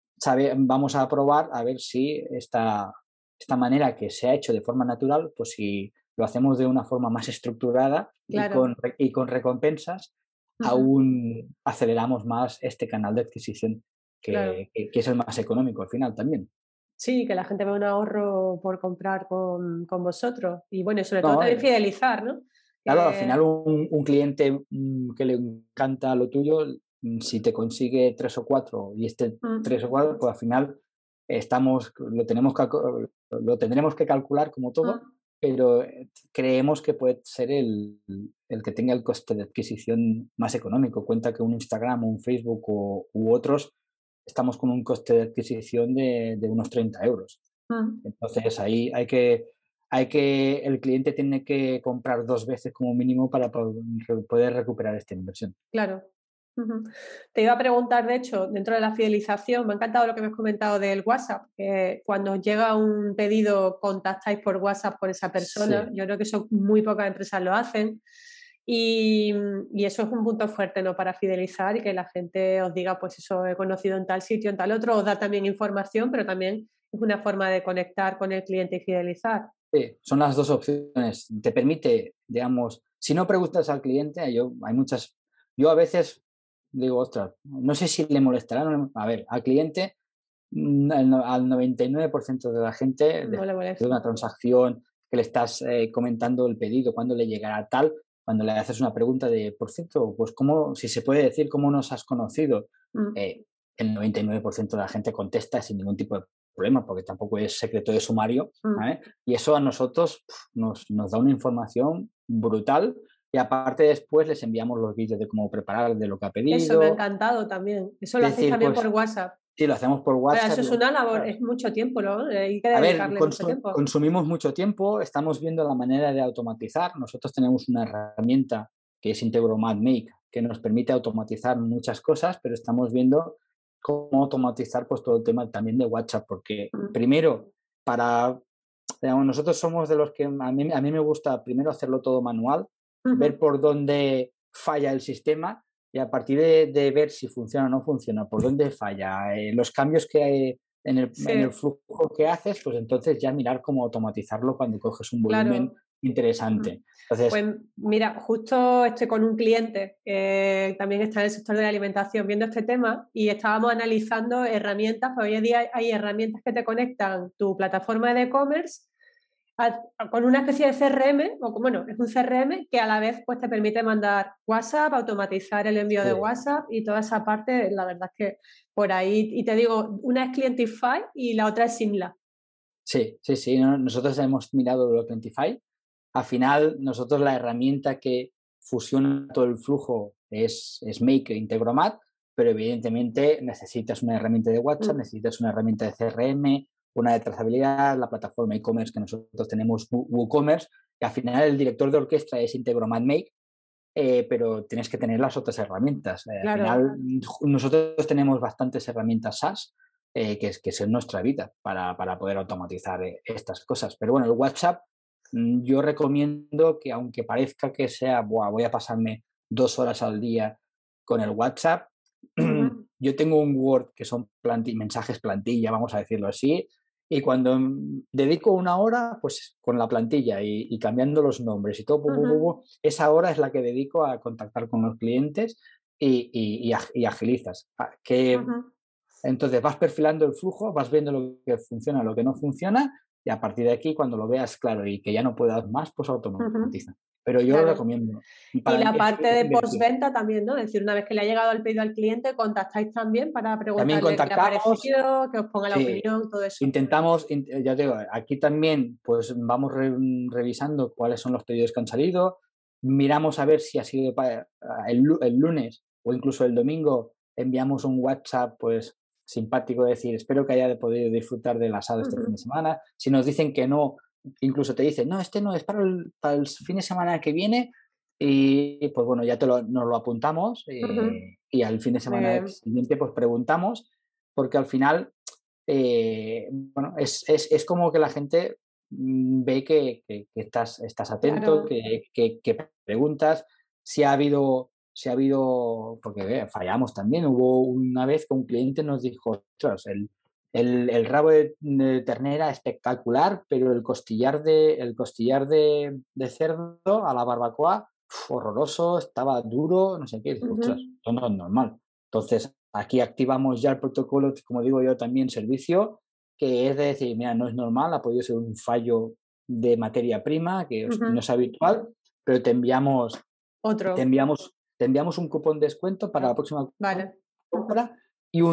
vamos a probar a ver si esta manera que se ha hecho de forma natural, pues si lo hacemos de una forma más estructurada Claro. y con recompensas, Ujú, aún aceleramos más este canal de adquisición, claro. que es el más económico al final también. Sí, que la gente ve un ahorro por comprar con vosotros. Y bueno, y sobre todo No, también fidelizar, ¿no? claro, al Que final un cliente que le encanta lo tuyo, si te consigue tres o cuatro y este mm, tres o cuatro, pues al final lo tendremos que calcular como todo, mm, pero creemos que puede ser el que tenga el coste de adquisición más económico. Cuenta que un Instagram, un Facebook u otros, estamos con un coste de adquisición de unos 30 euros. mm, Entonces ahí el cliente tiene que comprar 2 veces como mínimo para poder recuperar esta inversión. claro. Ujú. Te iba a preguntar, de hecho, dentro de la fidelización, me ha encantado lo que me has comentado del WhatsApp, que cuando os llega un pedido contactáis por WhatsApp con esa persona. Sí, Yo creo que eso muy pocas empresas lo hacen. Y eso es un punto fuerte, ¿no? Para fidelizar y que la gente os diga, pues eso he conocido en tal sitio, en tal otro, os da también información, pero también es una forma de conectar con el cliente y fidelizar. sí, son las dos opciones. Te permite, digamos, si no preguntas al cliente, yo a veces digo, ostras, no sé si le molestará, a ver, al cliente, al 99% de la gente, No después le de molesta. una transacción que le estás comentando el pedido, cuándo le llegará tal, cuando le haces una pregunta de, por cierto, pues cómo, si se puede decir cómo nos has conocido, Mm, eh, el 99% de la gente contesta sin ningún tipo de problema porque tampoco es secreto de sumario, ¿vale? Y eso a nosotros nos da una información brutal y aparte después les enviamos los vídeos de cómo preparar, de lo que ha Eso me ha pedido. encantado también. Eso lo Es hacéis decir, también pues por WhatsApp. sí, lo hacemos por Pero WhatsApp. eso Y es bueno, una labor, claro, es mucho tiempo, ¿no? Hay que a ver, dedicarle mucho tiempo. consumimos mucho tiempo, estamos viendo la manera de automatizar. Nosotros tenemos una herramienta que es Integromat Make, que nos permite automatizar muchas cosas, pero estamos viendo cómo automatizar pues, todo el tema también de WhatsApp, porque primero, digamos, nosotros somos de los que a mí me gusta primero hacerlo todo manual, ver por dónde falla el sistema y a partir de ver si funciona o no funciona, por dónde falla, los cambios que hay en el Sí, flujo que haces, pues entonces ya mirar cómo automatizarlo cuando coges un volumen claro. interesante. Entonces, Pues mira, justo estoy con un cliente que también está en el sector de la alimentación viendo este tema y estábamos analizando herramientas, porque hoy en día hay herramientas que te conectan tu plataforma de e-commerce con una especie de CRM, o bueno, es un CRM que a la vez pues, te permite mandar WhatsApp, automatizar el envío de sí, WhatsApp y toda esa parte, la verdad es que por ahí, y te digo, una es Clientify y la otra es Simla. sí, sí, sí, nosotros hemos mirado lo Plentify. Al final, nosotros la herramienta que fusiona todo el flujo es Make Integromat, pero evidentemente necesitas una herramienta de WhatsApp, Mm. necesitas una herramienta de CRM, una de trazabilidad, la plataforma e-commerce que nosotros tenemos, WooCommerce, que al final el director de orquesta es Integromat Make, pero tienes que tener las otras herramientas. Al Claro, final, nosotros tenemos bastantes herramientas SaaS que son nuestra vida para poder automatizar estas cosas. Pero bueno, el WhatsApp, yo recomiendo que aunque parezca que sea, "Buah, voy a pasarme 2 horas al día con el WhatsApp", yo tengo un Word que son mensajes plantilla, vamos a decirlo así, y cuando dedico 1 hora, pues con la plantilla y cambiando los nombres y todo, esa hora es la que dedico a contactar con los clientes y agilizas. Entonces vas perfilando el flujo, vas viendo lo que funciona, lo que no funciona y a partir de aquí, cuando lo veas claro y que ya no puedas más, pues automatiza. Pero yo lo claro. recomiendo. Y Para mí la parte es de inversión. postventa también, ¿no? Es decir, una vez que le ha llegado el pedido al cliente, contactáis también para También preguntarle qué le ha contactamos. parecido, que os ponga la Sí, opinión, todo eso. intentamos, ya te digo, aquí también pues vamos revisando cuáles son los pedidos que han salido, miramos a ver si ha sido el lunes o incluso el domingo, enviamos un WhatsApp pues simpático, de decir, espero que haya podido disfrutar del asado este fin de semana. Si nos dicen que no, incluso te dicen, no, este no, es para el fin de semana que viene y pues bueno, ya nos lo apuntamos y al fin de Muy semana bien, siguiente pues preguntamos porque al final bueno, es como que la gente ve que estás atento, claro. que preguntas si ha habido, porque fallamos también. Hubo una vez que un cliente nos dijo, ostras, el rabo de ternera espectacular, pero el costillar de cerdo a la barbacoa, horroroso, estaba duro, no sé qué. Y dije, Ujú. ostras, esto no es normal. Entonces, aquí activamos ya el protocolo, como digo yo, también servicio, que es de decir, mira, no es normal, ha podido ser un fallo de materia prima, que no Ujú. es habitual, pero te Otro. enviamos, te enviamos un cupón de descuento para la próxima Vale. Ujú. compra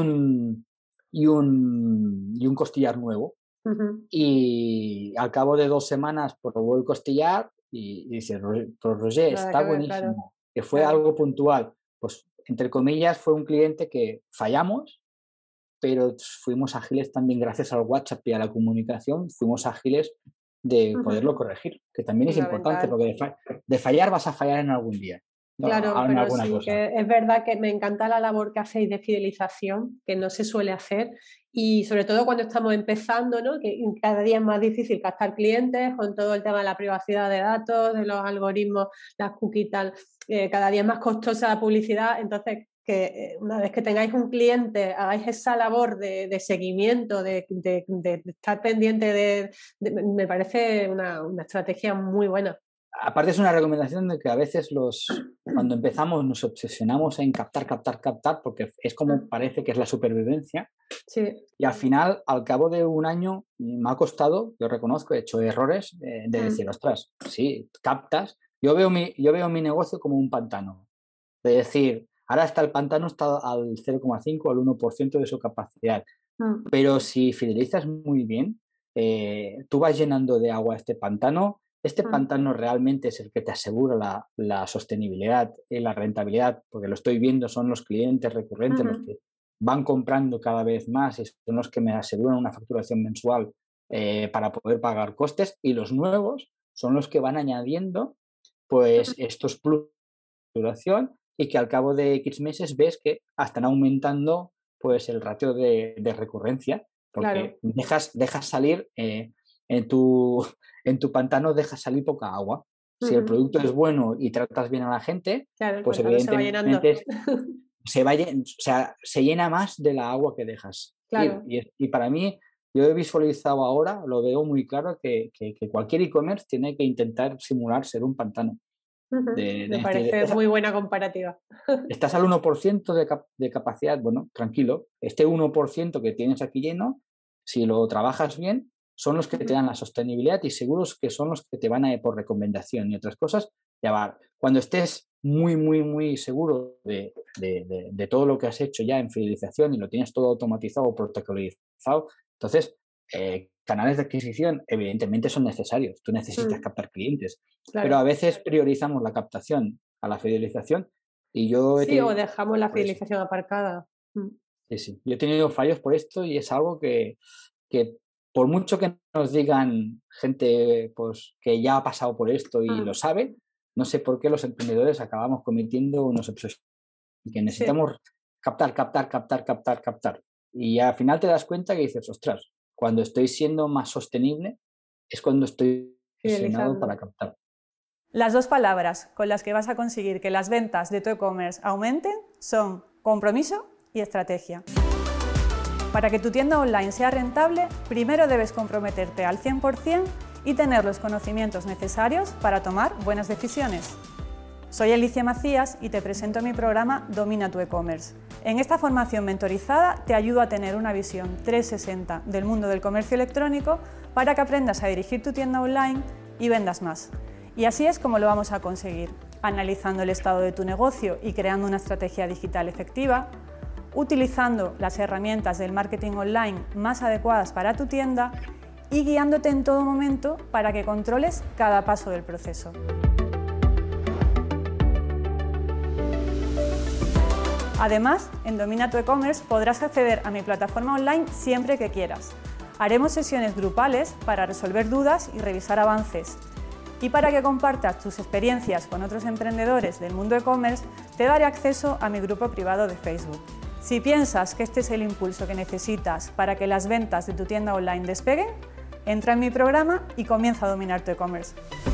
y un costillar nuevo. Ujú. Y al cabo de 2 semanas probó el costillar y dice, Pues Roger, Nada está que ver, claro. buenísimo, que fue Claro. algo puntual. Pues, entre comillas, fue un cliente que fallamos, pero fuimos ágiles también gracias al WhatsApp y a la comunicación, fuimos ágiles de Ujú. poderlo corregir, que también es importante, Fundamental. porque de fallar vas a fallar en algún día, Claro, no, en pero alguna sí cosa. que es verdad que me encanta la labor que hacéis de fidelización, que no se suele hacer, y sobre todo cuando estamos empezando, ¿no? Que cada día es más difícil captar clientes con todo el tema de la privacidad de datos, de los algoritmos, las cookies y tal, cada día es más costosa la publicidad, entonces que una vez que tengáis un cliente, hagáis esa labor de seguimiento, de estar pendiente me parece una estrategia muy buena. Aparte es una recomendación de que a veces cuando empezamos nos obsesionamos en captar, captar, captar, porque es como parece que es la supervivencia. Sí. Y al final, al cabo de un año, me ha costado, yo reconozco, he hecho errores de decir, Mm. ostras, sí, captas. Yo veo mi negocio como un pantano. De decir, ahora está el pantano está al 0,5 al 1% de su capacidad. Pero si fidelizas muy bien, tú vas llenando de agua este pantano. Este pantano realmente es el que te asegura la sostenibilidad y la rentabilidad, porque lo estoy viendo, son los clientes recurrentes los que van comprando cada vez más y son los que me aseguran una facturación mensual para poder pagar costes, y los nuevos son los que van añadiendo pues estos plus de facturación, y que al cabo de X meses ves que están aumentando pues el ratio de recurrencia, Claro. porque dejas salir en tu, en tu pantano, dejas salir poca agua. Si el producto es bueno y tratas bien a la gente, Claro, el pues pantano se va llenando. evidentemente o sea, se llena más de la agua que dejas ir. Claro. Y para mí, yo he visualizado ahora, lo veo muy claro, que cualquier e-commerce tiene que intentar simular ser un pantano. Me Decir, parece muy buena comparativa. estás al 1% de capacidad, bueno, tranquilo, este 1% que tienes aquí lleno, si lo trabajas bien, son los que te dan la sostenibilidad, y seguros que son los que te van a ir por recomendación y otras cosas. Ya va. Cuando estés muy, muy, muy seguro de todo lo que has hecho ya en fidelización y lo tienes todo automatizado o protocolizado, entonces canales de adquisición evidentemente son necesarios. Tú necesitas captar clientes, pero Claro. a veces priorizamos la captación a la fidelización, y yo he Sí, o tenido dejamos la por eso. fidelización aparcada. Sí, sí. Yo he tenido fallos por esto, y es algo que por mucho que nos digan gente pues, que ya ha pasado por esto y lo sabe, no sé por qué los emprendedores acabamos cometiendo unos obsesiones que Sí, necesitamos captar, captar, captar, captar, captar. Y al final te das cuenta que dices, ostras, cuando estoy siendo más sostenible es cuando estoy obsesionado para fidelizando. captar. Las dos palabras con las que vas a conseguir que las ventas de tu e-commerce aumenten son compromiso y estrategia. Para que tu tienda online sea rentable, primero debes comprometerte al 100% y tener los conocimientos necesarios para tomar buenas decisiones. Soy Alicia Macías y te presento mi programa Domina tu e-commerce. En esta formación mentorizada te ayudo a tener una visión 360 del mundo del comercio electrónico para que aprendas a dirigir tu tienda online y vendas más. Y así es como lo vamos a conseguir, analizando el estado de tu negocio y creando una estrategia digital efectiva, utilizando las herramientas del marketing online más adecuadas para tu tienda y guiándote en todo momento para que controles cada paso del proceso. Además, en Domina tu e-commerce podrás acceder a mi plataforma online siempre que quieras. Haremos sesiones grupales para resolver dudas y revisar avances. Y para que compartas tus experiencias con otros emprendedores del mundo e-commerce, te daré acceso a mi grupo privado de Facebook. Si piensas que este es el impulso que necesitas para que las ventas de tu tienda online despeguen, entra en mi programa y comienza a dominar tu e-commerce.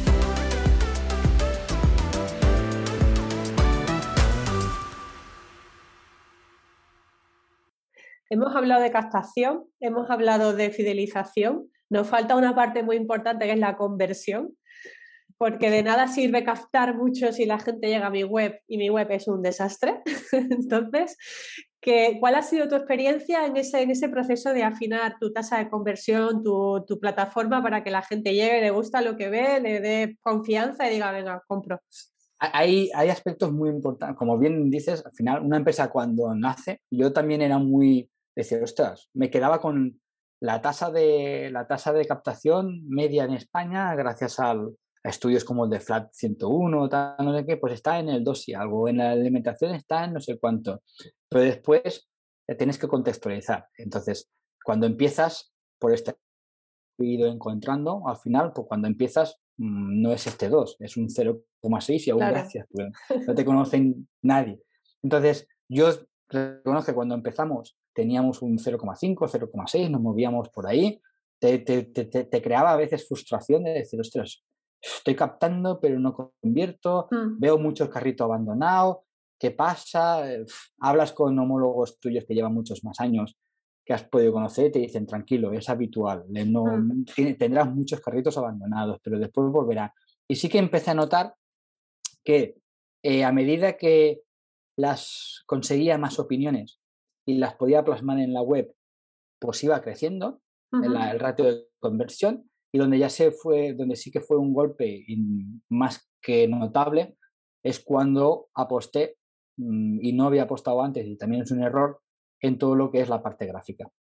Hemos hablado de captación, hemos hablado de fidelización. Nos falta una parte muy importante que es la conversión, porque de nada sirve captar mucho si la gente llega a mi web y mi web es un desastre. Entonces, ¿cuál ha sido tu experiencia en ese proceso de afinar tu tasa de conversión, tu plataforma, para que la gente llegue, le gusta lo que ve, le dé confianza y diga, venga, compro? Hay aspectos muy importantes. Como bien dices, al final, una empresa cuando nace, yo también era muy, decía, ostras, me quedaba con la tasa de captación media en España, gracias a estudios como el de Flat 101, tal, no sé qué, pues está en el 2 y algo, en la alimentación está en no sé cuánto. Pero después tienes que contextualizar. Entonces, cuando empiezas, por este he ido encontrando, al final, pues cuando empiezas, no es este 2, es un 0,6, y aún Claro. gracias, pues, no te conocen nadie. Entonces, yo reconozco que cuando empezamos teníamos un 0,5, 0,6, nos movíamos por ahí, te creaba a veces frustración de decir, ostras, estoy captando pero no convierto, veo muchos carritos abandonados, ¿qué pasa? Hablas con homólogos tuyos que llevan muchos más años que has podido conocer y te dicen, tranquilo, es habitual, no, tendrás muchos carritos abandonados, pero después volverá. Y sí que empecé a notar que a medida que conseguía más opiniones y las podía plasmar en la web, pues iba creciendo el ratio de conversión, y donde sí que fue un golpe más que notable es cuando aposté, y no había apostado antes, y también es un error, en todo lo que es la parte gráfica.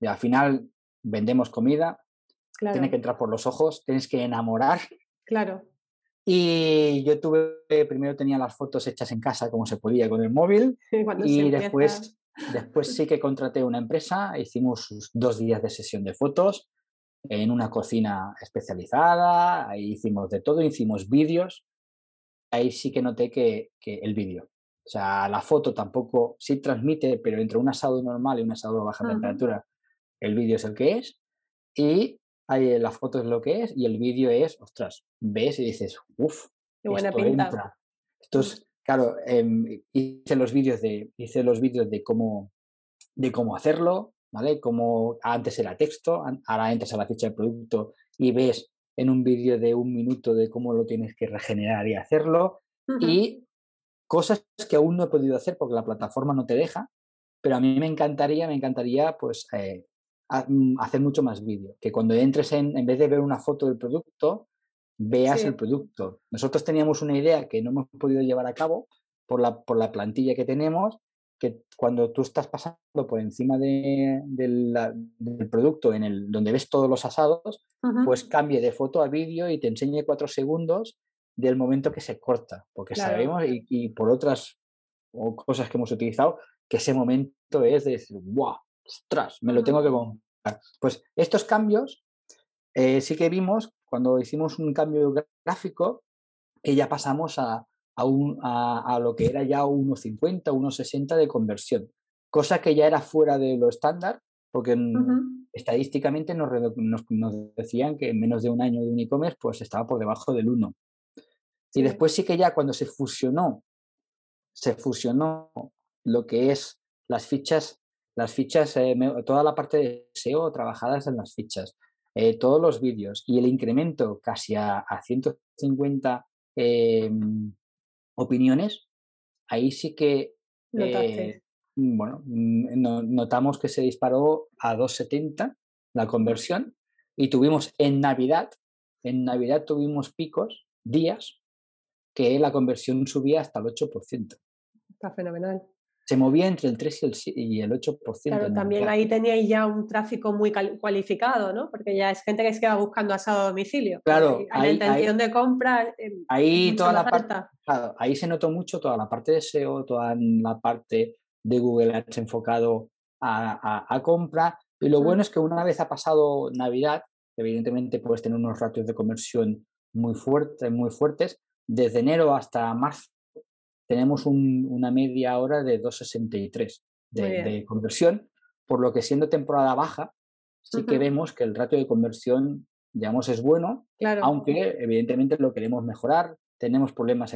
Y al final vendemos comida, tiene que Claro, entrar por los ojos, tienes que enamorar. claro. Y yo primero tenía las fotos hechas en casa como se podía con el móvil Cuando se y empieza. después sí que contraté una empresa, hicimos 2 días de sesión de fotos en una cocina especializada, ahí hicimos de todo, hicimos vídeos, ahí sí que noté que el vídeo, o sea, la foto tampoco, sí transmite, pero entre un asado normal y un asado a baja Ujú. temperatura, el vídeo es el que es, y ahí la foto es lo que es, y el vídeo es, ostras, ves y dices, uff, Qué buena esto pinta. entra. Esto Mm. es, claro, hice los vídeos de cómo hacerlo, ¿vale? Como antes era texto, ahora entras a la ficha de producto y ves en un vídeo de 1 minuto de cómo lo tienes que regenerar y hacerlo. Ujú. Y cosas que aún no he podido hacer porque la plataforma no te deja, pero a mí me encantaría pues hacer mucho más vídeo, que cuando entres en vez de ver una foto del producto, veas el Sí. producto. Nosotros teníamos una idea que no hemos podido llevar a cabo por la plantilla que tenemos, que cuando tú estás pasando por encima del producto donde ves todos los asados, pues Ujú. cambie de foto a vídeo y te enseñe 4 segundos del momento que se corta, porque Claro. sabemos y por otras o cosas que hemos utilizado, que ese momento es de decir, ¡guau! ¡Ostras! Me lo tengo Ujú. que comprar. Pues estos cambios sí que vimos cuando hicimos un cambio gráfico que ya pasamos a lo que era ya 1,50, 1,60 de conversión, cosa que ya era fuera de lo estándar, porque Ujú. estadísticamente nos decían que en menos de un año de un e-commerce pues estaba por debajo del 1. Y Sí. después sí que ya cuando se fusionó lo que es las fichas, toda la parte de SEO trabajadas en las fichas, todos los vídeos y el incremento casi a 150 opiniones, ahí sí que, Notaste. bueno, notamos que se disparó a 2,70 la conversión y tuvimos en Navidad tuvimos picos, días, que la conversión subía hasta el 8%. Está fenomenal. Se movía entre el 3 y el 8% Claro, en también Navidad. ahí teníais ya un tráfico muy cualificado, ¿no? Porque ya es gente que se queda buscando asado a domicilio. Pues Claro, la intención de compra es ahí mucho toda más la parte, alta. claro, ahí se notó mucho toda la parte de SEO, toda la parte de Google Ads enfocado a compra. Y lo bueno Mm. es que una vez ha pasado Navidad, evidentemente puedes tener unos ratios de conversión muy fuertes. Desde enero hasta marzo tenemos una media ahora de 2,63 Muy de bien. conversión, por lo que siendo temporada baja, sí que Ujú. vemos que el ratio de conversión, digamos, es bueno, Claro. aunque evidentemente lo queremos mejorar. Tenemos problemas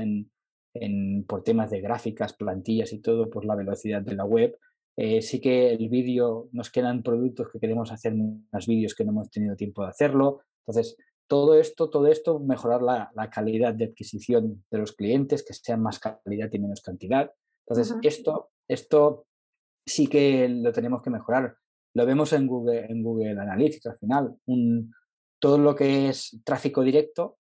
por temas de gráficas, plantillas y todo, por la velocidad de la web. Sí que el vídeo, nos quedan productos que queremos hacer más vídeos que no hemos tenido tiempo de hacerlo. Entonces, todo esto, mejorar la calidad de adquisición de los clientes, que sean más calidad y menos cantidad. Entonces, Ujú. esto sí que lo tenemos que mejorar. Lo vemos en Google Analytics al final. Todo lo que es tráfico directo,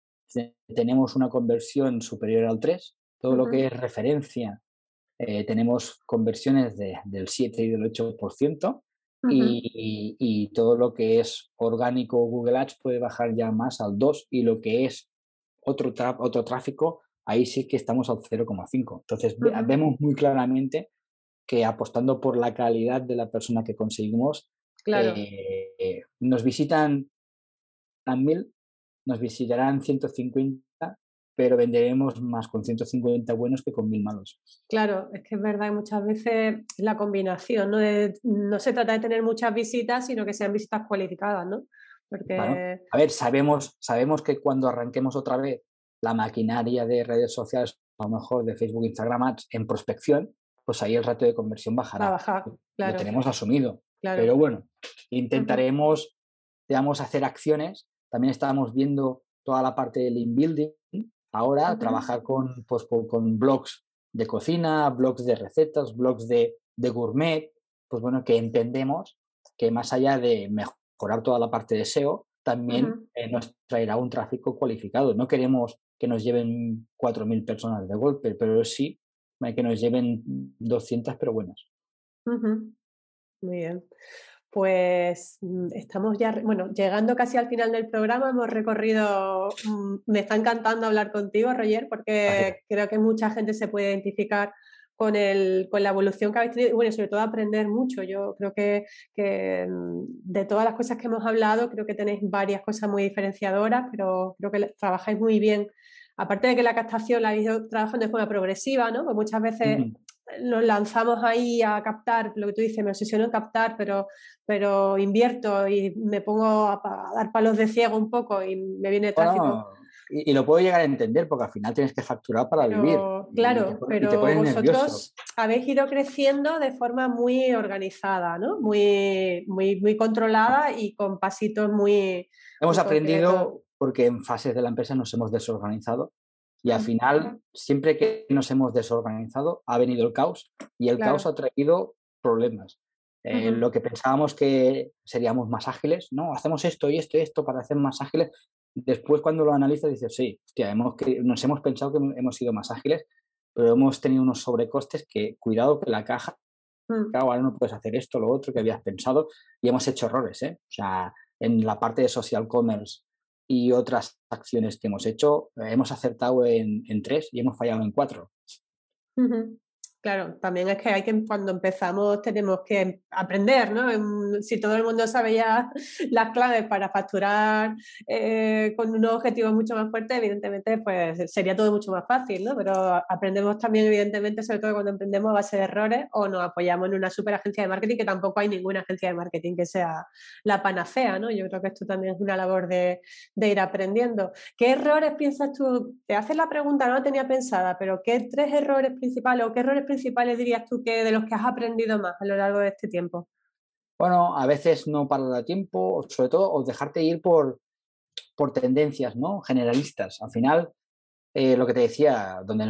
tenemos una conversión superior al 3. Todo lo que Ujú. es referencia, tenemos conversiones del 7 y del 8%. Ujú. Y todo lo que es orgánico Google Ads puede bajar ya más al 2 y lo que es otro tráfico, ahí sí que estamos al 0,5. Entonces Ujú. vemos muy claramente que apostando por la calidad de la persona que conseguimos, Claro. nos visitan a 1.000, nos visitarán 150, pero venderemos más con 150 buenos que con 1.000 malos. Claro, es que es verdad, y muchas veces la combinación, ¿no? No se trata de tener muchas visitas, sino que sean visitas cualificadas, ¿no? Claro. Porque, A ver, sabemos que cuando arranquemos otra vez la maquinaria de redes sociales, a lo mejor de Facebook, Instagram Ads en prospección, pues ahí el ratio de conversión va a bajará. bajar, Lo claro, tenemos asumido. claro. Pero bueno, Ujú. intentaremos, digamos, hacer acciones. También estamos viendo toda la parte del link building. Ahora, Ujú. trabajar con blogs de cocina, blogs de recetas, blogs de gourmet, pues bueno, que entendemos que más allá de mejorar toda la parte de SEO, también Ujú. nos traerá un tráfico cualificado. No queremos que nos lleven 4.000 personas de golpe, pero sí que nos lleven 200, pero buenas. Ujú. Muy bien. Pues estamos ya, bueno, llegando casi al final del programa, hemos recorrido, me está encantando hablar contigo, Roger, porque creo que mucha gente se puede identificar con la evolución que habéis tenido y bueno, sobre todo aprender mucho. Yo creo que de todas las cosas que hemos hablado, creo que tenéis varias cosas muy diferenciadoras, pero creo que trabajáis muy bien. Aparte de que la captación la habéis ido trabajando de forma progresiva, ¿no? Pues muchas veces nos lanzamos ahí a captar, lo que tú dices, me obsesiono en captar, pero invierto y me pongo a dar palos de ciego un poco y me viene tráfico. Bueno, y lo puedo llegar a entender porque al final tienes que facturar para vivir. Claro, Y te pero pones vosotros nervioso. habéis ido creciendo de forma muy organizada, ¿no? Muy, muy, muy controlada y con pasitos muy Hemos concretos. aprendido porque en fases de la empresa nos hemos desorganizado y al final, siempre que nos hemos desorganizado, ha venido el caos y el caos ha traído problemas. Lo que pensábamos que seríamos más ágiles, no, hacemos esto y esto y esto para hacer más ágiles. Después, cuando lo analizas, dices, sí, hostia, nos hemos pensado que hemos sido más ágiles, pero hemos tenido unos sobrecostes que, cuidado, que la caja, ahora no puedes hacer esto, lo otro que habías pensado, y hemos hecho errores, ¿eh? O sea, en la parte de social commerce y otras acciones que hemos hecho, hemos acertado en 3 y hemos fallado en 4. Claro, también es que cuando empezamos tenemos que aprender, ¿no? Si todo el mundo sabe ya las claves para facturar con unos objetivos mucho más fuertes, evidentemente pues sería todo mucho más fácil, ¿no? Pero aprendemos también, evidentemente, sobre todo cuando emprendemos a base de errores o nos apoyamos en una super agencia de marketing, que tampoco hay ninguna agencia de marketing que sea la panacea, ¿no? Yo creo que esto también es una labor de ir aprendiendo. ¿Qué errores piensas tú? Te haces la pregunta, no la tenía pensada, pero ¿qué 3 errores principales o qué errores principales dirías tú que de los que has aprendido más a lo largo de este tiempo? Bueno, a veces no parar a tiempo, sobre todo, o dejarte ir por tendencias, ¿no? Generalistas. Al final, lo que te decía, donde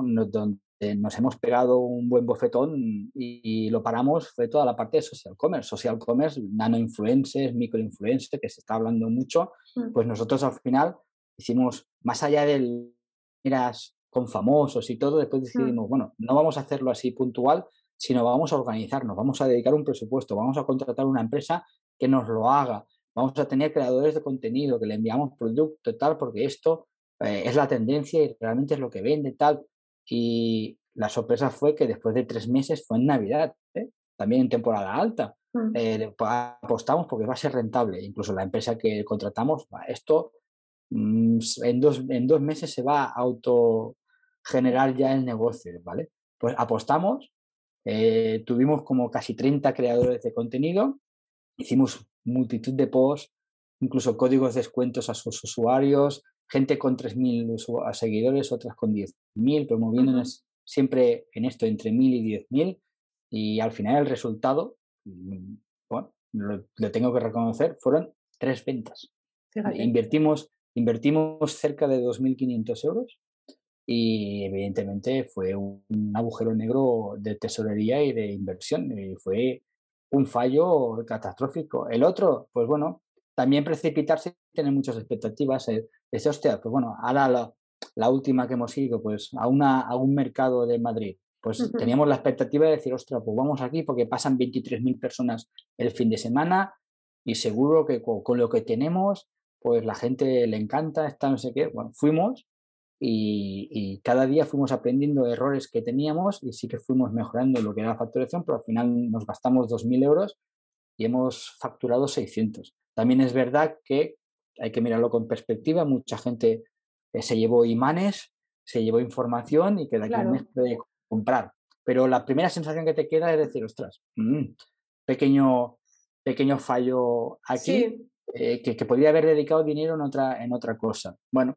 nos hemos pegado un buen bofetón y lo paramos fue toda la parte de social commerce. Social commerce, nano influencers, micro influencers, que se está hablando mucho, pues nosotros al final hicimos, más allá del miras con famosos y todo, después decidimos, bueno, no vamos a hacerlo así puntual, sino vamos a organizarnos, vamos a dedicar un presupuesto, vamos a contratar una empresa que nos lo haga, vamos a tener creadores de contenido, que le enviamos producto y tal, porque esto es la tendencia y realmente es lo que vende tal. Y la sorpresa fue que después de 3 meses, fue en Navidad, también en temporada alta, apostamos porque va a ser rentable. Incluso la empresa que contratamos, esto en 2 meses se va a autogenerar ya el negocio, ¿vale? Pues apostamos, tuvimos como casi 30 creadores de contenido, hicimos multitud de posts, incluso códigos de descuentos a sus usuarios, gente con 3.000 seguidores, otras con 10.000, promoviéndonos siempre en esto entre 1.000 y 10.000. Y al final el resultado, bueno, lo tengo que reconocer, fueron 3 ventas. Invertimos cerca de 2.500 euros y evidentemente fue un agujero negro de tesorería y de inversión. Y fue un fallo catastrófico. El otro, pues bueno, también precipitarse y tener muchas expectativas. Decir, hostia, pues bueno, ahora la última que hemos ido, pues a un mercado de Madrid, pues teníamos la expectativa de decir, ostras, pues vamos aquí porque pasan 23.000 personas el fin de semana y seguro que con lo que tenemos, pues la gente le encanta, está no sé qué. Bueno, fuimos y cada día fuimos aprendiendo errores que teníamos y sí que fuimos mejorando lo que era la facturación, pero al final nos gastamos 2.000 euros y hemos facturado 600. También es verdad que hay que mirarlo con perspectiva. Mucha gente se llevó imanes, se llevó información y que de aquí a un mes puede comprar. Pero la primera sensación que te queda es decir, ostras, pequeño fallo aquí. Sí. Que podría haber dedicado dinero en otra cosa. Bueno,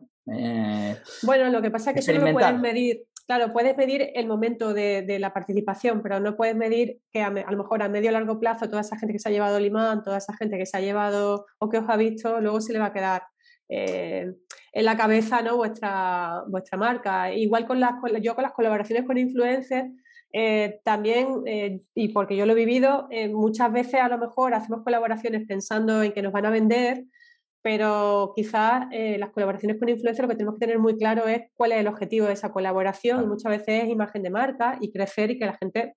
lo que pasa es que eso no lo puedes medir. Claro, puedes medir el momento de la participación, pero no puedes medir que a lo mejor a medio o largo plazo toda esa gente que se ha llevado el imán, toda esa gente que se ha llevado o que os ha visto, luego se le va a quedar en la cabeza, ¿no? vuestra marca. Igual yo con las colaboraciones con influencers, también, y porque yo lo he vivido, muchas veces a lo mejor hacemos colaboraciones pensando en que nos van a vender, pero quizás las colaboraciones con influencers lo que tenemos que tener muy claro es cuál es el objetivo de esa colaboración y muchas veces es imagen de marca y crecer y que la gente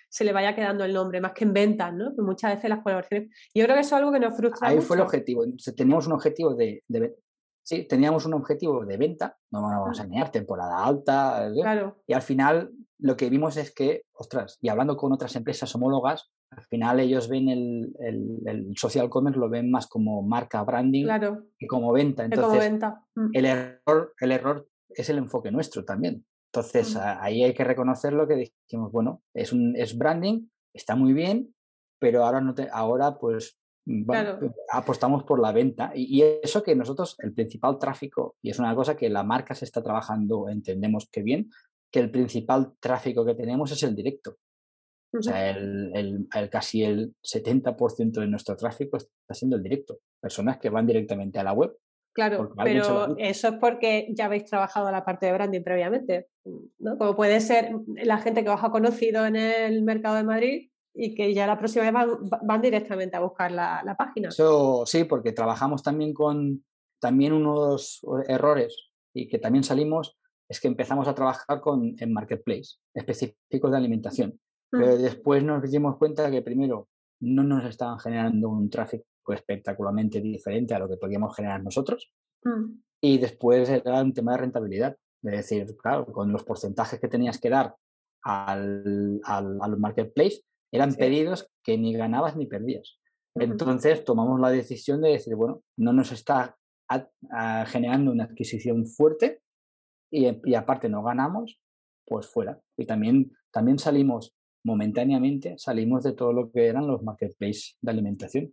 se le vaya quedando el nombre, más que en ventas, ¿no? Pues muchas veces las colaboraciones... Yo creo que eso es algo que nos frustra Ahí mucho. fue el objetivo. Teníamos un objetivo sí, teníamos un objetivo de venta, no vamos a engañar, temporada alta, Claro. y al final lo que vimos es que, ostras, y hablando con otras empresas homólogas, al final ellos ven el social commerce, lo ven más como marca branding Claro. que como venta. Que como Entonces, venta. el error es el enfoque nuestro también. Entonces, ahí hay que reconocer lo que dijimos, bueno, es branding, está muy bien, pero ahora pues bueno, Claro. apostamos por la venta. Y eso que nosotros, el principal tráfico, y es una cosa que la marca se está trabajando, entendemos que bien, que el principal tráfico que tenemos es el directo. O sea, casi el 70% de nuestro tráfico está siendo el directo. Personas que van directamente a la web. Claro, pero eso es porque ya habéis trabajado la parte de branding previamente, ¿no? Como puede ser la gente que os ha conocido en el mercado de Madrid y que ya la próxima vez van directamente a buscar la página. Eso sí, porque trabajamos también con unos errores y que también salimos, es que empezamos a trabajar en marketplace específicos de alimentación. Pero después nos dimos cuenta que primero no nos estaban generando un tráfico espectacularmente diferente a lo que podíamos generar nosotros. Y después era un tema de rentabilidad. Es decir, claro, con los porcentajes que tenías que dar al marketplace, eran pedidos que ni ganabas ni perdías. Entonces tomamos la decisión de decir, bueno, no nos está generando una adquisición fuerte y aparte no ganamos, pues fuera. Y también salimos momentáneamente, salimos de todo lo que eran los marketplaces de alimentación.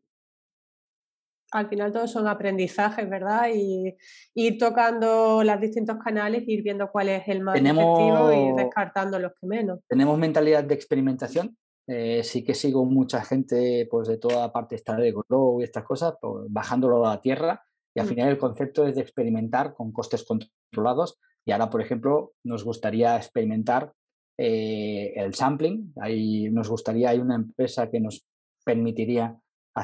Al final todos son aprendizajes, ¿verdad? Y ir tocando los distintos canales, ir viendo cuál es el más efectivo y descartando los que menos. Tenemos mentalidad de experimentación. Sí que sigo mucha gente pues de toda parte esta de Grow y estas cosas, pues, bajándolo a la tierra. Y al final el concepto es de experimentar con costes controlados. Y ahora, por ejemplo, nos gustaría experimentar el sampling. Hay una empresa que nos permitiría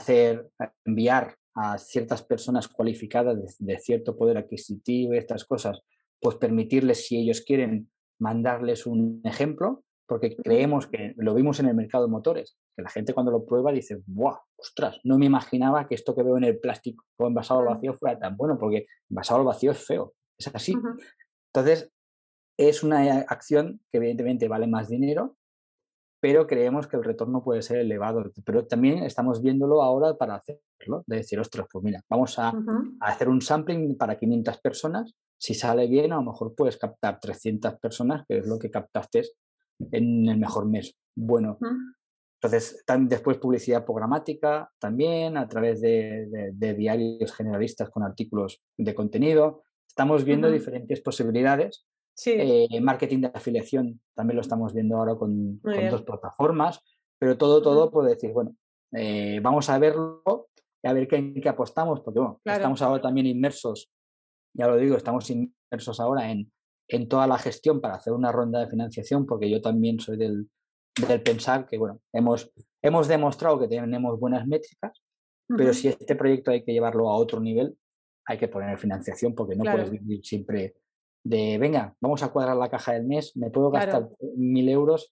enviar a ciertas personas cualificadas de cierto poder adquisitivo y estas cosas, pues permitirles, si ellos quieren, mandarles un ejemplo, porque creemos que lo vimos en el mercado de motores, que la gente cuando lo prueba dice, ¡buah! ¡Ostras! No me imaginaba que esto que veo en el plástico envasado al vacío fuera tan bueno, porque envasado al vacío es feo, es así. Entonces, es una acción que evidentemente vale más dinero, pero creemos que el retorno puede ser elevado. Pero también estamos viéndolo ahora para hacerlo, de decir, ostras, pues mira, vamos a hacer un sampling para 500 personas. Si sale bien, a lo mejor puedes captar 300 personas, que es lo que captaste en el mejor mes. Bueno, entonces después publicidad programática también a través de diarios generalistas con artículos de contenido. Estamos viendo diferentes posibilidades. Sí. Marketing de afiliación también lo estamos viendo ahora con 2 plataformas, pero todo puede decir, bueno, vamos a verlo y a ver en qué apostamos, porque bueno, estamos ahora también inmersos, ya lo digo, estamos inmersos ahora en toda la gestión para hacer una ronda de financiación, porque yo también soy del pensar que, bueno, hemos demostrado que tenemos buenas métricas, pero si este proyecto hay que llevarlo a otro nivel, hay que poner financiación, porque no puedes vivir siempre de, venga, vamos a cuadrar la caja del mes, me puedo gastar 1.000 euros.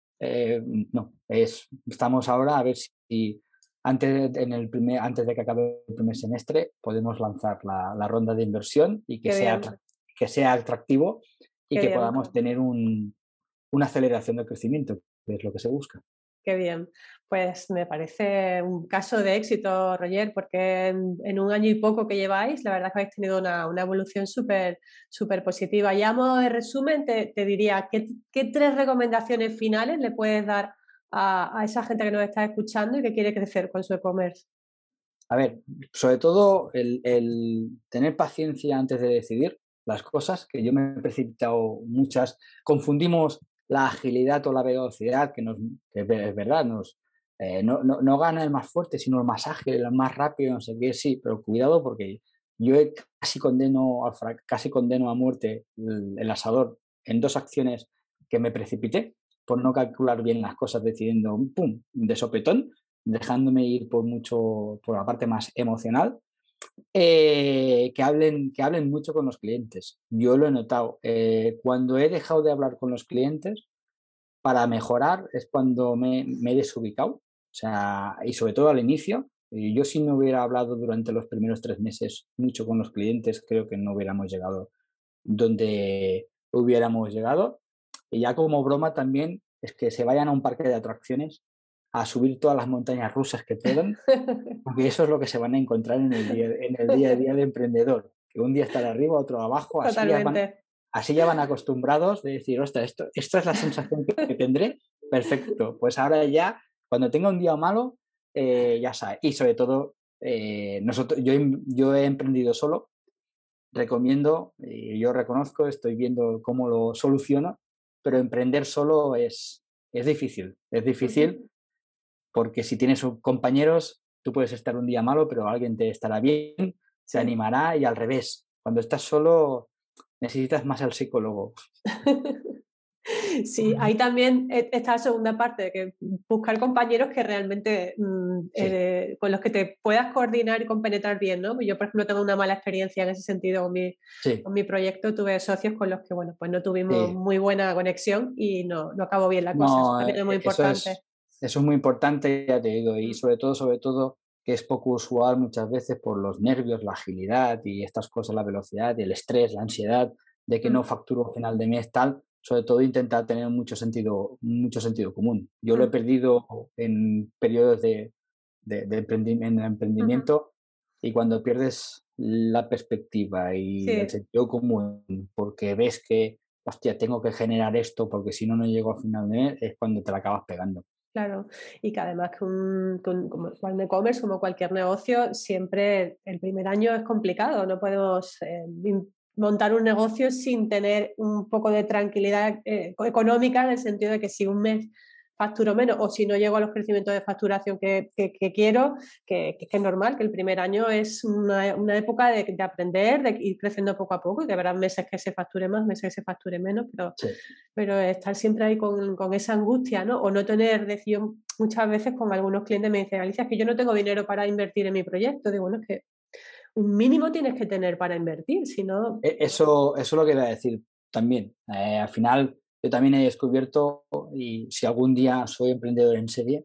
No, estamos ahora a ver si antes de que acabe el primer semestre podemos lanzar la ronda de inversión y que sea atractivo y que podamos tener una aceleración de crecimiento, que es lo que se busca. Qué bien. Pues me parece un caso de éxito, Roger, porque en un año y poco que lleváis, la verdad que habéis tenido una evolución súper positiva. Y a modo de resumen, te diría, ¿qué 3 recomendaciones finales le puedes dar a esa gente que nos está escuchando y que quiere crecer con su e-commerce? A ver, sobre todo el tener paciencia antes de decidir las cosas, que yo me he precipitado muchas. Confundimos la agilidad o la velocidad, que es verdad, no gana el más fuerte, sino el más ágil, el más rápido, no sé qué, sí, pero cuidado porque yo casi condeno a muerte el asador en 2 acciones que me precipité por no calcular bien las cosas, decidiendo, ¡pum!, de sopetón, dejándome ir por la parte más emocional. Que hablen mucho con los clientes. Yo lo he notado. Cuando he dejado de hablar con los clientes, para mejorar es cuando me he desubicado, o sea, y sobre todo al inicio. Y yo si no hubiera hablado durante los primeros 3 meses mucho con los clientes, creo que no hubiéramos llegado donde hubiéramos llegado. Y ya como broma también es que se vayan a un parque de atracciones a subir todas las montañas rusas que puedan, porque eso es lo que se van a encontrar en el día a día de emprendedor, que un día estar arriba, otro abajo, Totalmente. así ya van acostumbrados de decir, ostras, esto es la sensación que tendré, perfecto, pues ahora ya, cuando tenga un día malo, ya sabes, y sobre todo, yo he emprendido solo, recomiendo, yo reconozco, estoy viendo cómo lo soluciono, pero emprender solo es difícil, porque si tienes compañeros, tú puedes estar un día malo, pero alguien te estará bien, se animará y al revés. Cuando estás solo, necesitas más al psicólogo. Sí, ahí también está la segunda parte, de que buscar compañeros que realmente con los que te puedas coordinar y compenetrar bien, ¿no? Yo, por ejemplo, tengo una mala experiencia en ese sentido con mi proyecto. Tuve socios con los que, bueno, pues no tuvimos muy buena conexión y no acabó bien la cosa. Eso No, también es muy importante. eso es muy importante, ya te digo, y sobre todo que es poco usual muchas veces por los nervios, la agilidad y estas cosas, la velocidad, el estrés, la ansiedad de que no facturo a final de mes, tal, sobre todo intentar tener mucho sentido común. Yo lo he perdido en periodos de emprendimiento y cuando pierdes la perspectiva y el sentido común, porque ves que, hostia, tengo que generar esto porque si no, no llego al final de mes, es cuando te la acabas pegando. Claro, y que además como un e-commerce, como cualquier negocio, siempre el primer año es complicado. No podemos montar un negocio sin tener un poco de tranquilidad económica, en el sentido de que si un mes facturo menos o si no llego a los crecimientos de facturación que quiero, que es normal, que el primer año es una época de aprender, de ir creciendo poco a poco y que habrá meses que se facture más, meses que se facture menos, pero estar siempre ahí con esa angustia, ¿no? O no tener, decía muchas veces con algunos clientes, me dicen, Alicia, es que yo no tengo dinero para invertir en mi proyecto. Digo, bueno, es que un mínimo tienes que tener para invertir, si no... Eso es lo que iba a decir también. Al final, yo también he descubierto, y si algún día soy emprendedor en serie,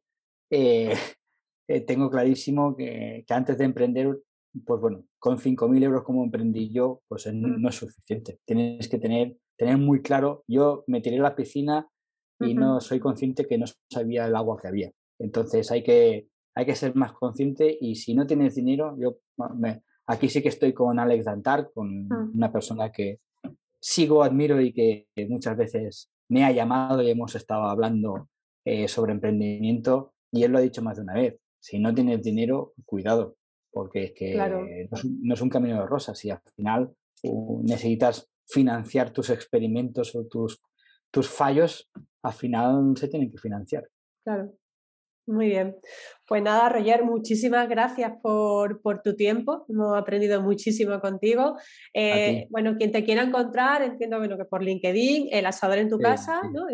tengo clarísimo que antes de emprender, pues bueno, con 5.000 euros como emprendí yo, pues no es suficiente. Tienes que tener muy claro. Yo me tiré a la piscina y no soy consciente que no sabía el agua que había. Entonces hay que ser más consciente y si no tienes dinero, aquí sí que estoy con Alex Dantar, con una persona que sigo, admiro y que muchas veces me ha llamado y hemos estado hablando sobre emprendimiento y él lo ha dicho más de una vez. Si no tienes dinero, cuidado, porque es que no es un camino de rosas y al final necesitas financiar tus experimentos o tus fallos, al final se tienen que financiar. Claro. Muy bien. Pues nada, Roger, muchísimas gracias por tu tiempo. Hemos aprendido muchísimo contigo. Bueno, quien te quiera encontrar, entiendo que por LinkedIn, el asador en tu casa, ¿no?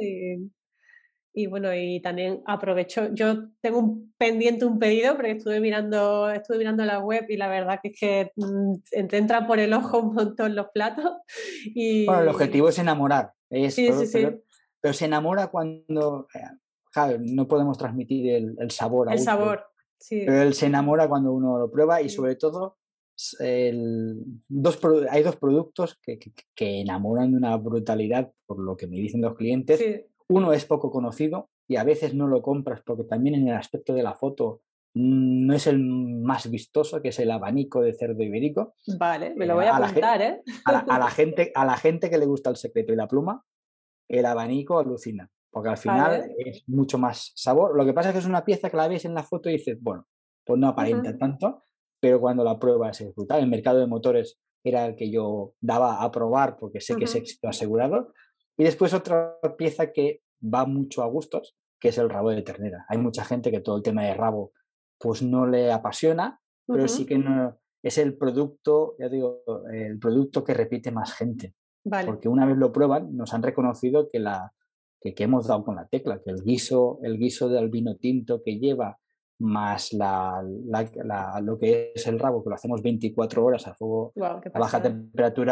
Y bueno, y también aprovecho, yo tengo un pedido, porque estuve mirando la web y la verdad que es que te entran por el ojo un montón los platos. Bueno, el objetivo es enamorar, pero se enamora cuando, claro, no podemos transmitir el sabor a el sabor, sí. Pero él se enamora cuando uno lo prueba y sobre todo hay dos productos que enamoran de una brutalidad por lo que me dicen los clientes. Sí. Uno es poco conocido y a veces no lo compras porque también en el aspecto de la foto no es el más vistoso, que es el abanico de cerdo ibérico. Vale, me lo voy a apuntar, ¿eh? A la gente que le gusta El secreto y la pluma, el abanico alucina, porque al final es mucho más sabor. Lo que pasa es que es una pieza que la ves en la foto y dices, bueno, pues no aparenta tanto, pero cuando la pruebas es brutal. El mercado de motores era el que yo daba a probar porque sé que es éxito asegurado. Y después otra pieza que va mucho a gustos, que es el rabo de ternera. Hay mucha gente que todo el tema de rabo pues no le apasiona, pero sí que no, es el producto, ya digo, el producto que repite más gente. Vale. Porque una vez lo prueban, nos han reconocido que hemos dado con la tecla, que el guiso del vino tinto que lleva, más lo que es el rabo, que lo hacemos 24 horas a fuego a baja temperatura,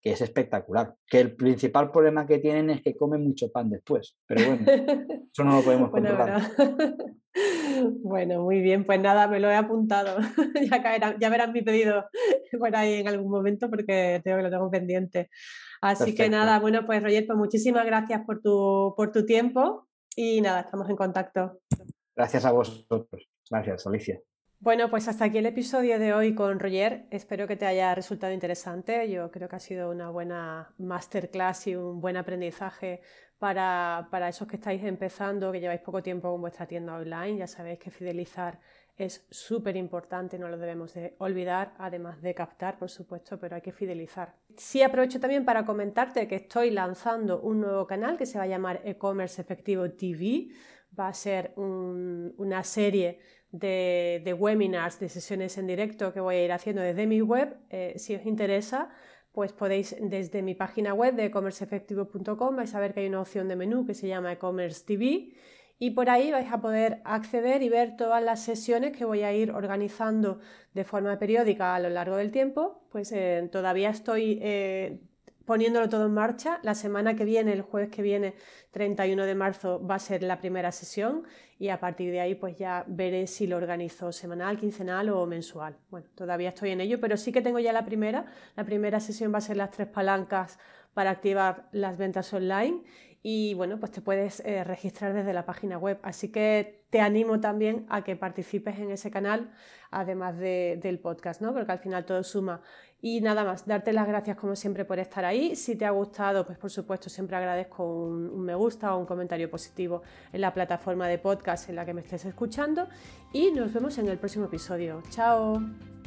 que es espectacular. Que el principal problema que tienen es que comen mucho pan después, pero bueno, eso no lo podemos controlar. Bueno, muy bien, pues nada, me lo he apuntado. Ya verán mi pedido por ahí en algún momento porque lo tengo pendiente. Así Perfecto. que nada, bueno, pues Roger, pues muchísimas gracias por tu tiempo y nada, estamos en contacto. Gracias a vosotros. Gracias, Alicia. Bueno, pues hasta aquí el episodio de hoy con Roger. Espero que te haya resultado interesante. Yo creo que ha sido una buena masterclass y un buen aprendizaje para esos que estáis empezando, que lleváis poco tiempo con vuestra tienda online. Ya sabéis que fidelizar es súper importante, no lo debemos de olvidar, además de captar, por supuesto, pero hay que fidelizar. Sí, aprovecho también para comentarte que estoy lanzando un nuevo canal que se va a llamar E-Commerce Efectivo TV. Va a ser una serie de webinars, de sesiones en directo que voy a ir haciendo desde mi web. Si os interesa, pues podéis desde mi página web de ecommerceefectivo.com vais a ver que hay una opción de menú que se llama E-Commerce TV y por ahí vais a poder acceder y ver todas las sesiones que voy a ir organizando de forma periódica a lo largo del tiempo. Pues todavía estoy poniéndolo todo en marcha. La semana que viene, el jueves que viene, 31 de marzo, va a ser la primera sesión y a partir de ahí pues ya veré si lo organizo semanal, quincenal o mensual. Bueno, todavía estoy en ello, pero sí que tengo ya la primera. La primera sesión va a ser las 3 palancas para activar las ventas online y bueno, pues te puedes registrar desde la página web. Así que te animo también a que participes en ese canal, además del podcast, ¿no? Porque al final todo suma. Y nada más, darte las gracias como siempre por estar ahí. Si te ha gustado, pues por supuesto siempre agradezco un me gusta o un comentario positivo en la plataforma de podcast en la que me estés escuchando. Y nos vemos en el próximo episodio. ¡Chao!